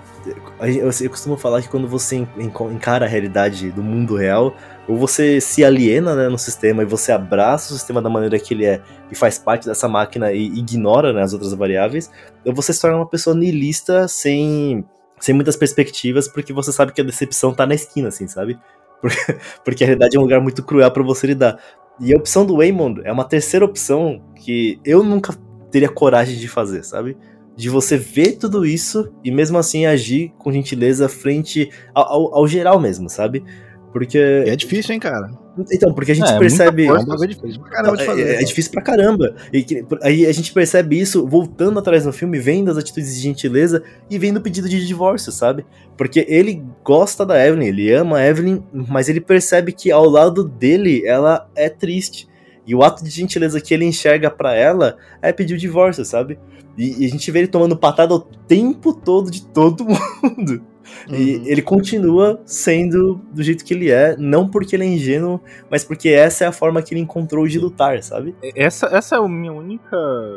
Eu costumo falar que quando você encara a realidade do mundo real, ou você se aliena, né, no sistema e você abraça o sistema da maneira que ele é e faz parte dessa máquina e ignora, né, as outras variáveis, ou você se torna uma pessoa niilista sem muitas perspectivas, porque você sabe que a decepção tá na esquina, assim, sabe? Porque a realidade é um lugar muito cruel pra você lidar. E a opção do Waymond é uma terceira opção que eu nunca teria coragem de fazer, sabe? De você ver tudo isso e mesmo assim agir com gentileza frente ao geral mesmo, sabe? Porque... E é difícil, hein, cara? Então, porque a gente percebe... É um bagulho difícil pra caramba de fazer. É difícil pra caramba. E aí a gente percebe isso voltando atrás no filme, vendo as atitudes de gentileza e vendo o pedido de divórcio, sabe? Porque ele gosta da Evelyn, ele ama a Evelyn, mas ele percebe que ao lado dele, ela é triste. E o ato de gentileza que ele enxerga pra ela é pedir o divórcio, sabe? E a gente vê ele tomando patada o tempo todo de todo mundo. E ele continua sendo do jeito que ele é, não porque ele é ingênuo, mas porque essa é a forma que ele encontrou de lutar, sabe? Essa é a minha única...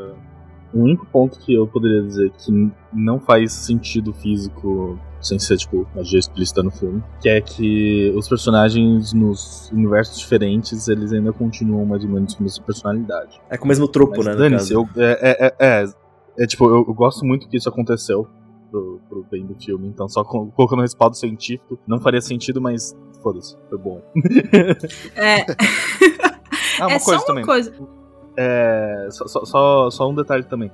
O único ponto que eu poderia dizer que não faz sentido físico, sem ser, tipo, magia explícita no filme, que é que os personagens nos universos diferentes, eles ainda continuam mais ou menos com a mesma personalidade. É com o mesmo tropo, mas, né, no caso. Tipo, eu gosto muito que isso aconteceu pro bem do filme, então só colocando respaldo científico não faria sentido, mas foda-se, foi bom. Uma coisa só também. uma coisa. Só um detalhe também.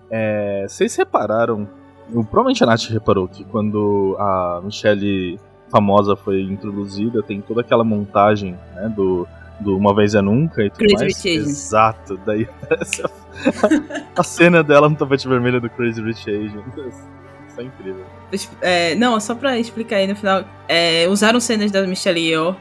Vocês repararam, provavelmente a Nath reparou que quando a Michelle famosa foi introduzida, tem toda aquela montagem, né, do Uma Vez é Nunca e tudo Crazy mais. Rich Asians. Exato, daí aparece a cena dela no tapete vermelho do Crazy Rich Asians. Isso é incrível. Não, só pra explicar aí no final, usaram cenas da Michelle Yeoh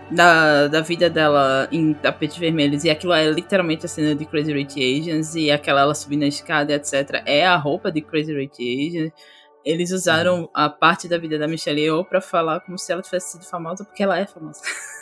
da vida dela em tapetes vermelhos, e aquilo é literalmente a cena de Crazy Rich Asians, e aquela ela subindo a escada, etc. É a roupa de Crazy Rich Asians. Eles usaram a parte da vida da Michelle Yeoh pra falar como se ela tivesse sido famosa, porque ela é famosa.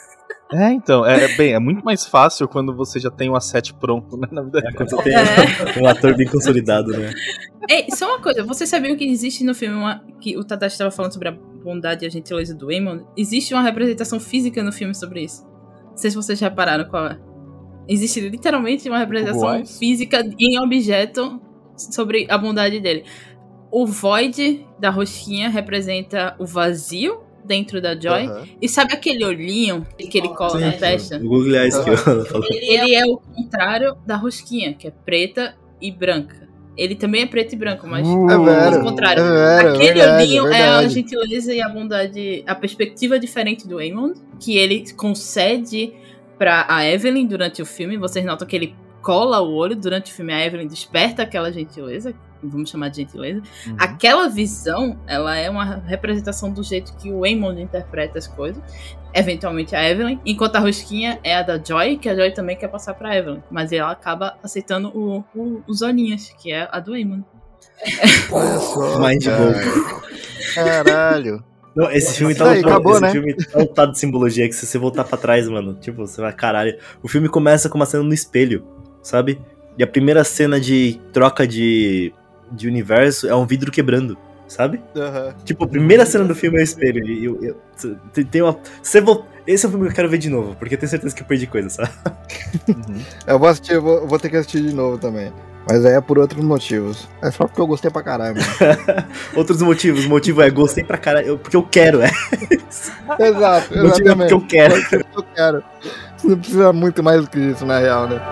Então, é muito mais fácil quando você já tem o asset pronto, né, na vida real. Quando você tem um ator bem consolidado, né? Ei, só uma coisa, vocês sabiam que existe no filme que o Tadashi estava falando sobre a bondade e a gentileza do Waymond? Existe uma representação física no filme sobre isso. Não sei se vocês repararam qual é. Existe literalmente uma representação física em objeto sobre a bondade dele. O Void da rosquinha representa o vazio dentro da Joy. E sabe aquele olhinho que ele cola na testa? O Google é isso que eu falo. Ele é o contrário da rosquinha, que é preta e branca. Ele também é preto e branco, mas ao contrário. Aquele olhinho é a gentileza e a bondade, a perspectiva diferente do Waymond, que ele concede pra a Evelyn durante o filme. Vocês notam que ele cola o olho durante o filme, a Evelyn desperta aquela gentileza, vamos chamar de gentileza. Aquela visão, ela é uma representação do jeito que o Waymond interpreta as coisas, eventualmente a Evelyn, enquanto a rosquinha é a da Joy, que a Joy também quer passar pra Evelyn, mas ela acaba aceitando os olhinhos, que é a do Waymond. Olha só, Mind blow. Caralho. Não, esse filme tá lotado de simbologia, que se você voltar pra trás, mano, tipo, você vai, caralho. O filme começa com uma cena no espelho, sabe? E a primeira cena de troca de universo é um vidro quebrando, sabe? Tipo, a primeira cena do filme é o espelho. E tem uma... Esse é um filme que eu quero ver de novo, porque eu tenho certeza que eu perdi coisa, sabe? Eu vou assistir, eu vou ter que assistir de novo também. Mas aí é por outros motivos. É só porque eu gostei pra caralho, mano. Outros motivos. O motivo é gostei pra caralho, porque eu quero, Exato, o motivo é porque eu quero. Eu quero. Você não precisa muito mais do que isso, na real, né?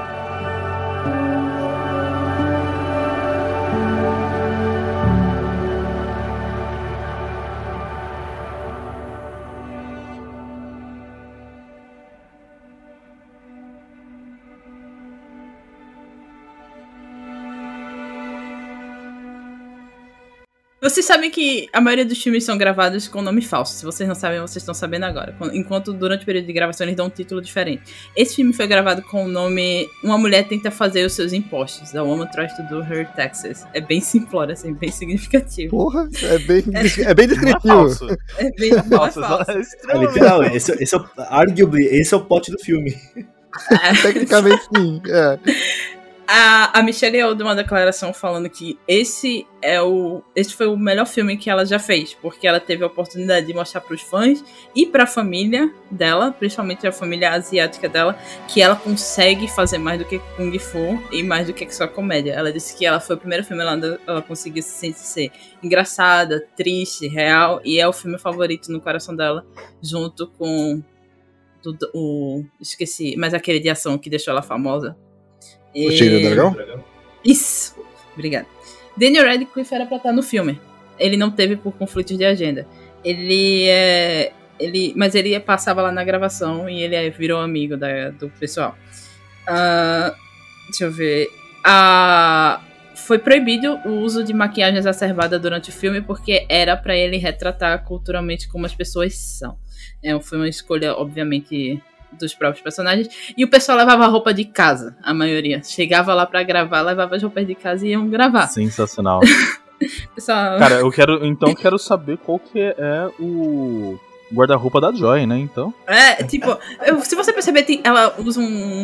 Vocês sabem que a maioria dos filmes são gravados com nome falso. Se vocês não sabem, vocês estão sabendo agora. Enquanto durante o período de gravação eles dão um título diferente. Esse filme foi gravado com o nome Uma Mulher Tenta Fazer os Seus Impostos. A Woman Tries to Do Her Taxes. É bem simplório, assim, bem significativo. Porra, é bem descritivo. Falso. É bem falso. É literal, esse é arguably, esse é o plot do filme. Tecnicamente, sim. A Michelle Yeoh deu uma declaração falando que esse foi o melhor filme que ela já fez, porque ela teve a oportunidade de mostrar para os fãs e para a família dela, principalmente a família asiática dela, que ela consegue fazer mais do que Kung Fu e mais do que só comédia. Ela disse que ela foi o primeiro filme onde ela conseguiu ser engraçada, triste, real, e é o filme favorito no coração dela, junto com esqueci, mas aquele de ação que deixou ela famosa. O Tigre do Dragão? Isso, obrigada. Daniel Radcliffe era pra estar no filme. Ele não teve por conflitos de agenda. Mas ele passava lá na gravação e ele virou amigo do pessoal. Deixa eu ver. Foi proibido o uso de maquiagem exacerbada durante o filme porque era pra ele retratar culturalmente como as pessoas são. Foi uma escolha, obviamente, dos próprios personagens. E o pessoal levava roupa de casa, a maioria. Chegava lá pra gravar, levava as roupas de casa e iam gravar. Sensacional. Pessoal... Cara, eu quero saber qual que é o guarda-roupa da Joy, né, então? Se você perceber, ela usa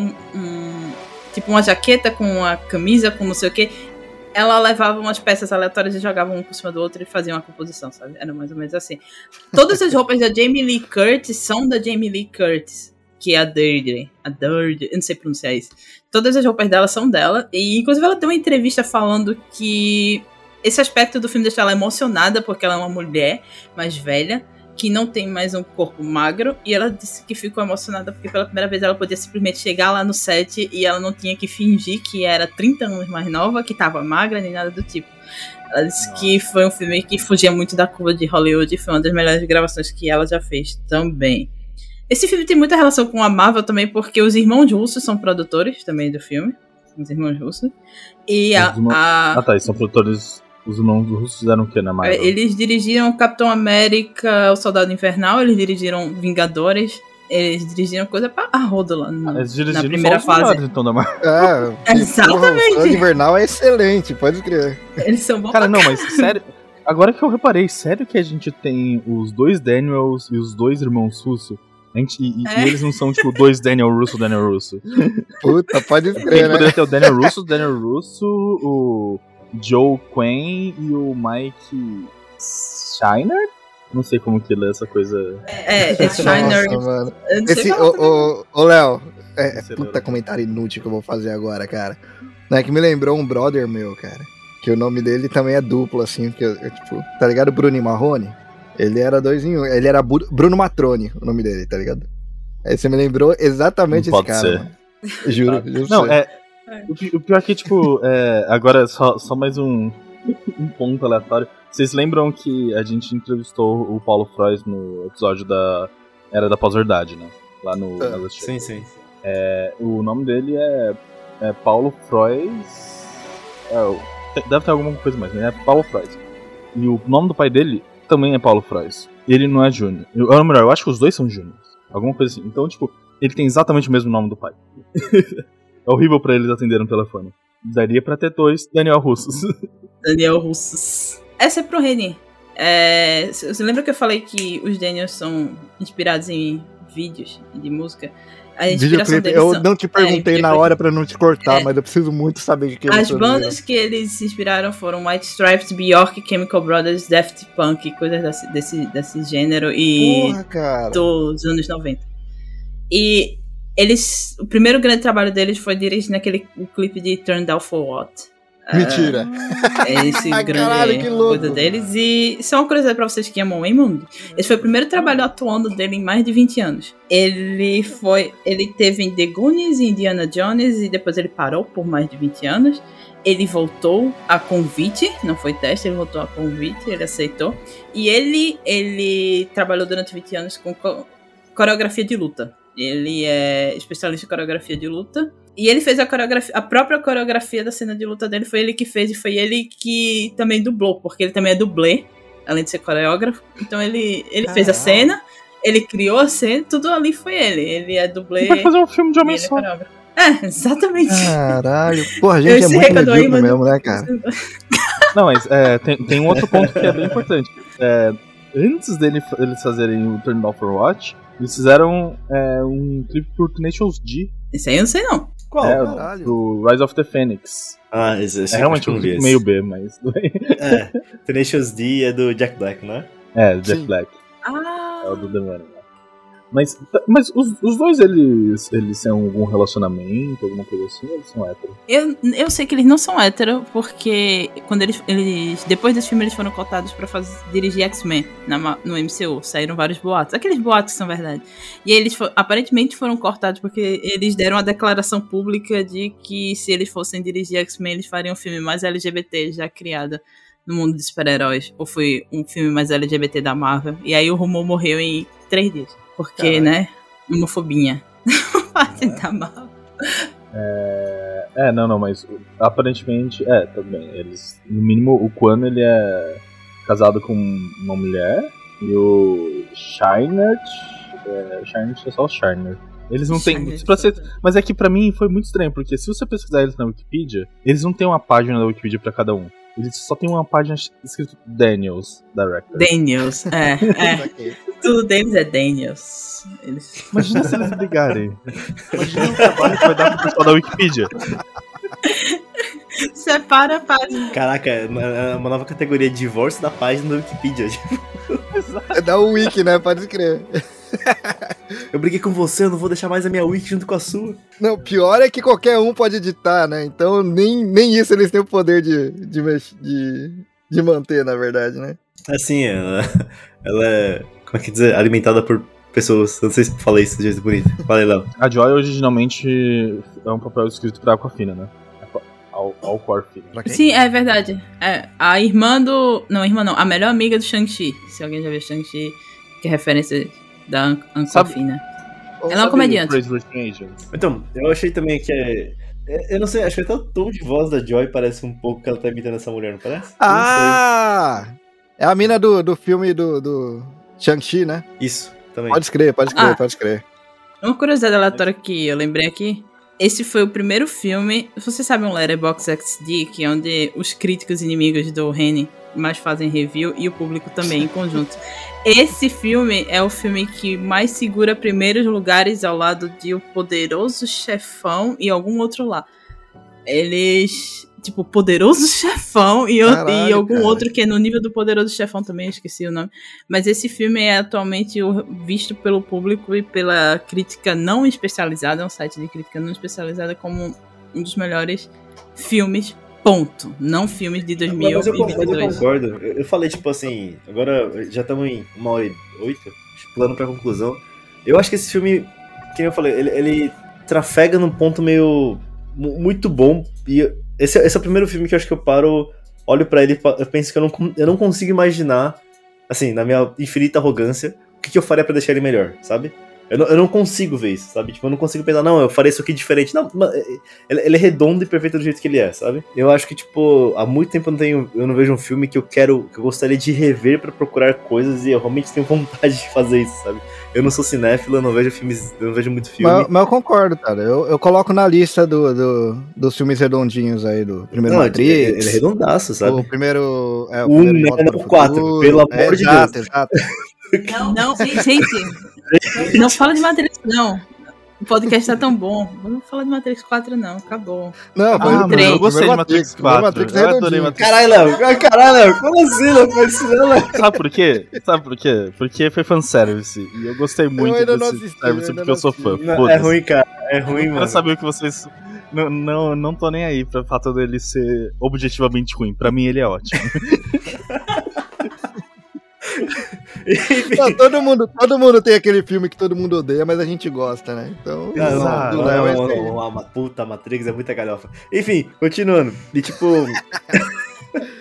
tipo uma jaqueta com uma camisa, com não sei o que. Ela levava umas peças aleatórias e jogava um por cima do outro e fazia uma composição, sabe? Era mais ou menos assim. Todas as roupas da Jamie Lee Curtis são da Jamie Lee Curtis, que é a Deirdre, eu não sei pronunciar isso. Todas as roupas dela são dela, e inclusive ela deu uma entrevista falando que esse aspecto do filme deixa ela emocionada, porque ela é uma mulher mais velha, que não tem mais um corpo magro, e ela disse que ficou emocionada porque pela primeira vez ela podia simplesmente chegar lá no set e ela não tinha que fingir que era 30 anos mais nova, que tava magra, nem nada do tipo. Ela disse que foi um filme que fugia muito da curva de Hollywood e foi uma das melhores gravações que ela já fez também. Esse filme tem muita relação com a Marvel também, porque os irmãos russos são produtores também do filme. Os irmãos russos. E eles são produtores. Os irmãos russos fizeram o que na Marvel? Eles dirigiram Capitão América, O Soldado Invernal, eles dirigiram Vingadores, eles dirigiram coisa pra rodo lá na primeira fase. Então, da Marvel. Exatamente. O Soldado Invernal é excelente, pode crer. Eles são bons. Cara, não, mas sério, agora que eu reparei, sério que a gente tem os dois Daniels e os dois irmãos russos? E eles não são, tipo, dois Daniel Russo. Puta, pode crer, né? Poderia ter o Daniel Russo, o Joe Quinn e o Mike Shiner? Não sei como que lê essa coisa. Shiner. Nossa, mano. Ô, Léo, puta comentário inútil que eu vou fazer agora, cara. Não é que me lembrou um brother meu, cara. Que o nome dele também é duplo, assim, que tipo, tá ligado? Bruno Marrone? Ele era 2 em 1. Ele era Bruno Matrone, o nome dele, tá ligado? Aí você me lembrou exatamente esse cara. Mano. Juro. Não, o pior é que, tipo, agora só mais um ponto aleatório. Vocês lembram que a gente entrevistou o Paulo Frois no episódio da Era da Pós-Verdade, né? Lá no... Sim. O nome dele é Paulo Frois... deve ter alguma coisa mais, né? É Paulo Frois. E o nome do pai dele também é Paulo Frois. Ele não é Júnior. Eu acho que os dois são Júnior. Alguma coisa assim. Então, tipo, ele tem exatamente o mesmo nome do pai. É horrível pra eles atenderem no telefone. Daria pra ter 2 Daniel Russos. Daniel Russos. Essa é pro Reni. Você lembra que eu falei que os Daniels são inspirados em vídeos de música? A inspiração deles eu não te perguntei na hora pra não te cortar, mas eu preciso muito saber de que as bandas que eles se inspiraram foram White Stripes, Bjork, Chemical Brothers, Daft Punk, coisas desse gênero e dos anos 90. E o primeiro grande trabalho deles foi dirigir o clipe de Turn Down For What. Mentira. Esse grande coisa deles. E isso é uma curiosidade pra vocês que amam o mundo. Esse foi o primeiro trabalho atuando dele em mais de 20 anos. Ele teve em The Goonies e Indiana Jones e depois ele parou por mais de 20 anos. Ele voltou a convite, não foi teste, ele voltou a convite, ele aceitou. E ele trabalhou durante 20 anos com coreografia de luta. Ele é especialista em coreografia de luta. E ele fez a própria coreografia da cena de luta dele, foi ele que fez, e foi ele que também dublou, porque ele também é dublê, além de ser coreógrafo. Então ele fez a cena, ele criou a cena, tudo ali foi ele. Ele é dublê. Vai fazer um filme de homem ele é só. coreógrafo. Exatamente. Caralho. Porra, a gente é muito medíocre mesmo, né, cara? Não, mas tem um outro ponto que é bem importante. Antes eles fazerem o Turn Down for What, eles fizeram um clipe por Tenacious D. Esse aí eu não sei não. Qual? Caralho. Do Rise of the Phoenix. Esse É realmente um clipe meio B, mas... Tenacious D é do Jack Black, não é? do Jack Sim. Black. Ah, É o do The Money. Mas os dois, eles têm algum relacionamento, alguma coisa assim, ou eles são héteros? eu sei que eles não são héteros, porque quando eles depois desse filme eles foram cotados pra dirigir X-Men no MCU. Saíram vários boatos. Aqueles boatos que são verdade. E eles aparentemente foram cortados porque eles deram uma declaração pública de que se eles fossem dirigir X-Men, eles fariam um filme mais LGBT já criado no mundo de super-heróis. Ou foi um filme mais LGBT da Marvel. E aí o rumor morreu em 3 dias. Porque, Caralho. né? Homofobinha. Parte da Marvel. Não, mas aparentemente, também. Eles, no mínimo, o Quan, ele é casado com uma mulher, e o Shinert é só o Shiner. Eles não têm. Mas é que pra mim foi muito estranho, porque se você pesquisar eles na Wikipedia, eles não têm uma página da Wikipedia pra cada um. Eles só tem uma página escrito Daniels Director. Daniels, Tudo deles é Daniels. Imagina se eles brigarem. Imagina o trabalho que vai dar pro pessoal da Wikipedia. Separa a página. Caraca, é uma nova categoria, divórcio da página da Wikipedia. É da Wiki, né? Pode crer. Eu briguei com você, eu não vou deixar mais a minha Wiki junto com a sua. Não, pior é que qualquer um pode editar, né? Então nem isso eles têm o poder de manter, na verdade, né? Assim, ela é, como é que dizer, alimentada por pessoas. Eu não sei se falei isso de jeito bonito. Falei, Léo. A Joy originalmente é um papel escrito pra Aquafina, né? Aquafina. Pra quem? Sim, é verdade. A irmã do... Não, irmã não. A melhor amiga do Shang-Chi. Se alguém já viu Shang-Chi, que é referência da Aquafina. Ela é uma comediante. Então, eu achei também que eu não sei, acho que até o tom de voz da Joy parece um pouco que ela tá imitando essa mulher, não parece? Ah! É a mina do filme do Shang-Chi, né? Isso, também. Pode crer. Uma curiosidade aleatória que eu lembrei aqui. Esse foi o primeiro filme... Você sabe um Letterboxd XD, que é onde os críticos inimigos do Reni mais fazem review e o público também em conjunto. Esse filme é o filme que mais segura primeiros lugares ao lado de O Poderoso Chefão e algum outro lá. Eles... Tipo, Poderoso Chefão e algum cara. outro que é no nível do Poderoso Chefão também, eu esqueci o nome. Mas esse filme é atualmente visto pelo público e pela crítica não especializada, é um site de crítica não especializada, como um dos melhores filmes, ponto. Não filmes de 2022. Mas eu concordo. Eu falei, tipo assim, agora já estamos em 1h08, plano pra conclusão. Eu acho que esse filme, que eu falei, ele trafega num ponto meio... muito bom, e esse é o primeiro filme que eu acho que eu olho pra ele e eu penso que eu não consigo imaginar, assim, na minha infinita arrogância, o que eu faria pra deixar ele melhor, sabe? Eu não consigo ver isso, sabe? Tipo, eu não consigo pensar, não, eu faria isso aqui diferente. Não, ele é redondo e perfeito do jeito que ele é, sabe? Eu acho que, tipo, há muito tempo eu não vejo um filme que eu gostaria de rever pra procurar coisas e eu realmente tenho vontade de fazer isso, sabe? Eu não sou cinéfilo, eu não vejo muito filme. Mas eu concordo, cara. Eu coloco na lista dos filmes redondinhos aí, do primeiro Matrix. Ele é redondaço, sabe? O primeiro... O primeiro não, o 4, pelo amor de Deus. Exato. Não, gente, não fala de Matrix, não. O podcast tá tão bom. Vamos falar de Matrix 4, não. Acabou. Não, foi o três. Eu gostei de Matrix 4. Matrix Eu adorei Matrix. Caralho, Léo, como assim, Léo? Faz isso não, Léo? Sabe por quê? Porque foi fanservice. E eu gostei muito ainda não desse assisti, service porque eu sou fã. Não, é ruim, cara. É ruim, Eu mano. quero saber o que vocês... Não tô nem aí pra fato dele ser objetivamente ruim. Pra mim ele é ótimo. Não, todo mundo tem aquele filme que todo mundo odeia, mas a gente gosta, né? Então, Exato. do Léo é esse aí. Puta, Matrix é muita galhofa. Enfim, continuando. E tipo...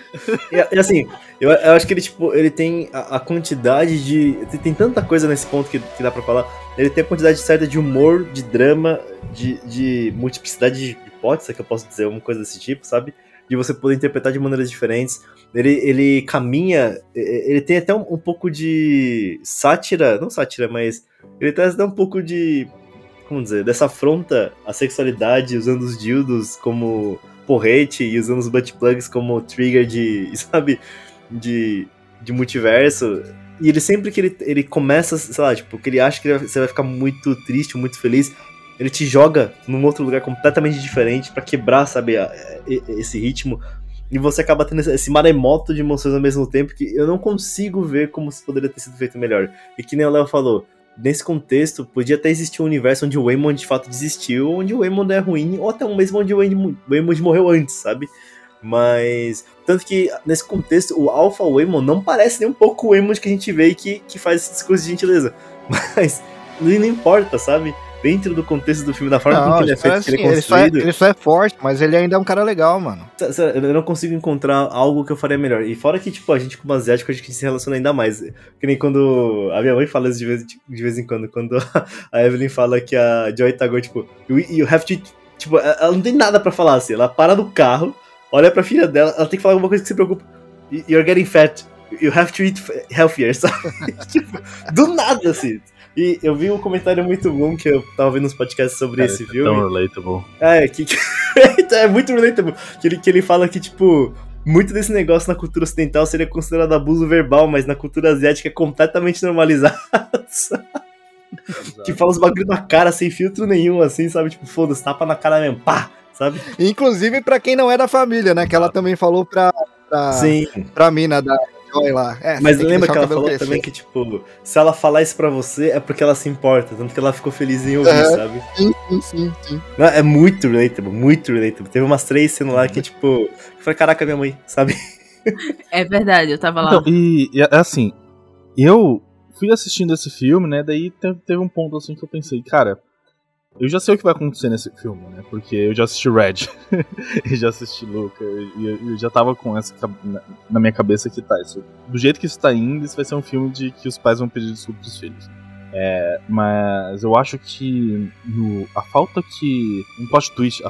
E assim, eu acho que ele, tipo, ele tem a quantidade de... Tem tanta coisa nesse ponto que dá pra falar. Ele tem a quantidade certa de humor, de drama, de multiplicidade de hipóteses, que eu posso dizer, alguma coisa desse tipo, sabe? De você poder interpretar de maneiras diferentes. Ele caminha... Ele tem até um pouco de sátira, não sátira, mas... Ele traz até um pouco de... Como dizer? Dessa afronta à sexualidade, usando os dildos como... porrete e usando os butt plugs como trigger de, sabe, de multiverso. E ele sempre que ele começa, sei lá, tipo, que ele acha que você vai ficar muito triste, muito feliz, ele te joga num outro lugar completamente diferente pra quebrar, sabe, esse ritmo. E você acaba tendo esse maremoto de emoções ao mesmo tempo que eu não consigo ver como isso poderia ter sido feito melhor. E que nem o Léo falou, nesse contexto, podia até existir um universo onde o Waymond de fato desistiu, onde o Waymond é ruim, ou até mesmo onde o Waymond morreu antes, sabe? Mas, tanto que nesse contexto, o Alpha Waymond não parece nem um pouco o Waymond que a gente vê e que faz esse discurso de gentileza. Mas, não importa, sabe? Dentro do contexto do filme, da forma como ele é feito, que ele é construído... Ele só é forte, mas ele ainda é um cara legal, mano. Eu não consigo encontrar algo que eu faria melhor. E fora que, tipo, a gente como asiático, a gente se relaciona ainda mais. Que nem quando... A minha mãe fala isso de vez em quando. Quando a Evelyn fala que a Joy tá agora, tipo... You have to... Tipo, ela não tem nada pra falar, assim. Ela para no carro, olha pra filha dela, ela tem que falar alguma coisa que se preocupa. You're getting fat. You have to eat healthier, sabe? Tipo, do nada, assim. E eu vi um comentário muito bom que eu tava vendo uns podcasts sobre esse filme. É tão relatable. É muito relatable. Que ele fala que, tipo, muito desse negócio na cultura ocidental seria considerado abuso verbal, mas na cultura asiática é completamente normalizado. Que fala os bagulho na cara, sem filtro nenhum, assim, sabe? Tipo, foda-se, tapa na cara mesmo, pá, sabe? Inclusive pra quem não é da família, né? Que ela também falou pra mina da Joy lá. Mas lembra que ela falou crescer também que, tipo, se ela falar isso pra você é porque ela se importa, tanto que ela ficou feliz em ouvir, sabe? Sim. Não, é muito relatable, muito relatable. Teve umas 3 cenas lá que, tipo, eu falei, caraca, minha mãe, sabe? É verdade, eu tava lá. Então, e assim, eu fui assistindo esse filme, né, daí teve um ponto assim que eu pensei, cara, eu já sei o que vai acontecer nesse filme, né, porque eu já assisti Red, e já assisti Luca, e eu já tava com essa na minha cabeça que tá, isso, do jeito que isso tá indo, isso vai ser um filme de que os pais vão pedir desculpa pros filhos. Mas eu acho que a falta que um plot twist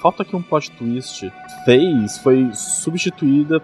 fez foi substituída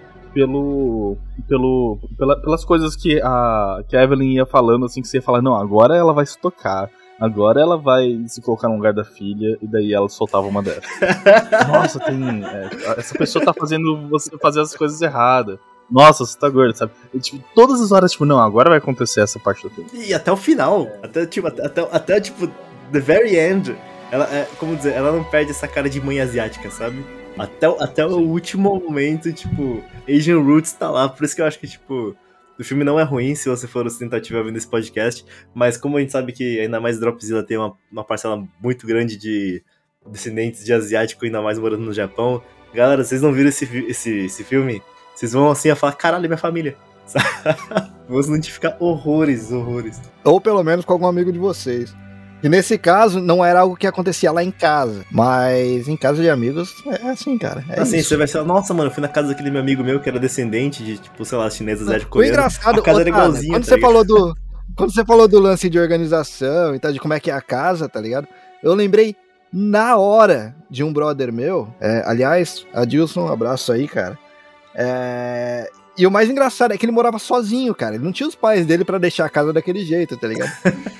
pelas coisas que a Evelyn ia falando, assim, que você ia falar, não, agora ela vai se tocar, agora ela vai se colocar no lugar da filha, e daí ela soltava uma dessas. Nossa, essa pessoa tá fazendo você fazer as coisas erradas. Nossa, você tá gordo, sabe? E, tipo, todas as horas, tipo, não, agora vai acontecer essa parte do filme. E até o final, até the very end, ela, como dizer, ela não perde essa cara de mãe asiática, sabe? Até o último momento, tipo, Asian Roots tá lá, por isso que eu acho que, tipo, o filme não é ruim se você for ostentativo ouvindo esse podcast, mas como a gente sabe que ainda mais Dropzilla tem uma parcela muito grande de descendentes de asiático, ainda mais morando no Japão, galera, vocês não viram esse filme? Vocês vão assim a falar, caralho, minha família. Vão se identificar horrores. Ou pelo menos com algum amigo de vocês. E nesse caso, não era algo que acontecia lá em casa. Mas em casa de amigos, é assim, cara. Assim, isso. Você vai falar, nossa, mano, eu fui na casa daquele meu amigo meu que era descendente de, tipo, sei lá, chineses, asiáticos, coreanos. O engraçado, a casa era igualzinha, quando você falou do lance de organização e tal, de como é que é a casa, tá ligado? Eu lembrei na hora de um brother meu, aliás, Adilson, um abraço aí, cara. E o mais engraçado é que ele morava sozinho, cara. Ele não tinha os pais dele pra deixar a casa daquele jeito, tá ligado?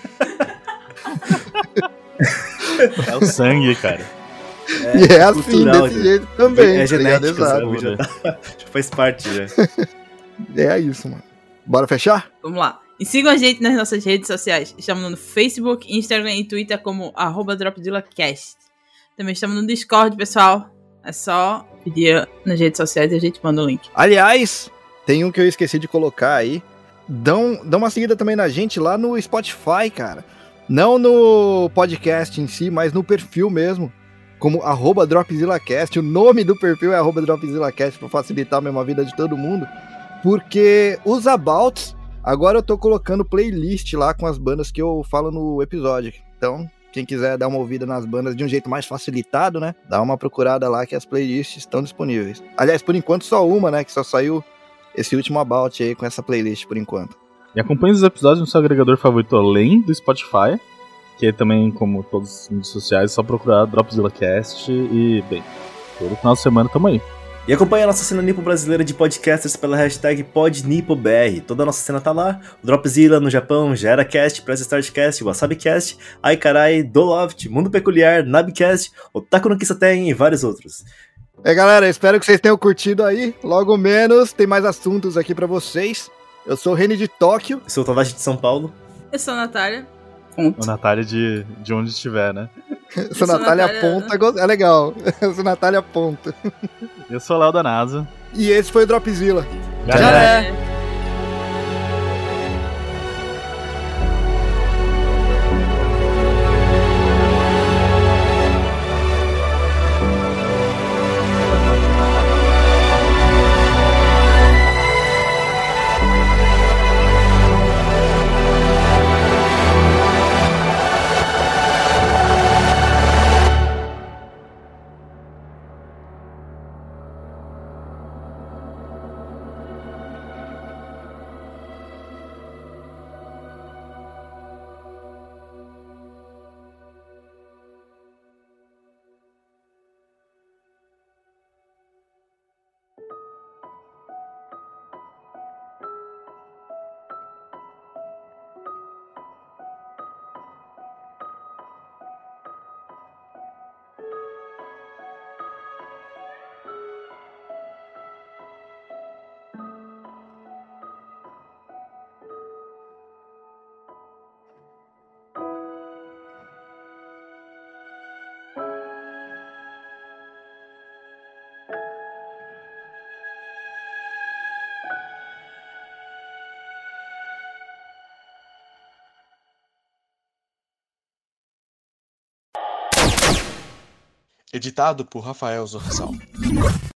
É o sangue, cara. E é assim, desse jeito também. É genético, exato. já faz parte, já. É isso, mano. Bora fechar? Vamos lá. E sigam a gente nas nossas redes sociais. Estamos no Facebook, Instagram e Twitter como @DropZillaCast. Também estamos no Discord, pessoal. É só pedir nas redes sociais e a gente manda o link. Aliás, tem um que eu esqueci de colocar aí. Dão uma seguida também na gente lá no Spotify, cara. Não no podcast em si, mas no perfil mesmo. Como @DropZillaCast. O nome do perfil é @DropZillaCast pra facilitar mesmo a vida de todo mundo. Porque os Abouts, agora eu tô colocando playlist lá com as bandas que eu falo no episódio. Então, Quem quiser dar uma ouvida nas bandas de um jeito mais facilitado, né? Dá uma procurada lá que as playlists estão disponíveis. Aliás, por enquanto só uma, né? Que só saiu esse último About aí com essa playlist por enquanto. E acompanhe os episódios no seu agregador favorito além do Spotify, que é também, como todos os mídias sociais, é só procurar Dropzilla Cast e, bem, todo final de semana tamo aí. E acompanhe a nossa cena nipo brasileira de podcasters pela hashtag PodNipoBR. Toda a nossa cena tá lá. O Dropzilla no Japão, GeraCast, Press Startcast, WasabiCast, Ai Carai, Doloft, Mundo Peculiar, Nabcast, Otaku no Kisaten e vários outros. Galera, espero que vocês tenham curtido aí. Logo menos, tem mais assuntos aqui pra vocês. Eu sou o Reni de Tóquio. Eu sou o Tadashi de São Paulo. Eu sou a Natália. O Natália de onde estiver, né? Eu sou Natália Ponta, é legal. Eu sou Natália Ponta. Eu sou o Léo da NASA. E esse foi o Dropzilla. Galera! Editado por Rafael Zorzal.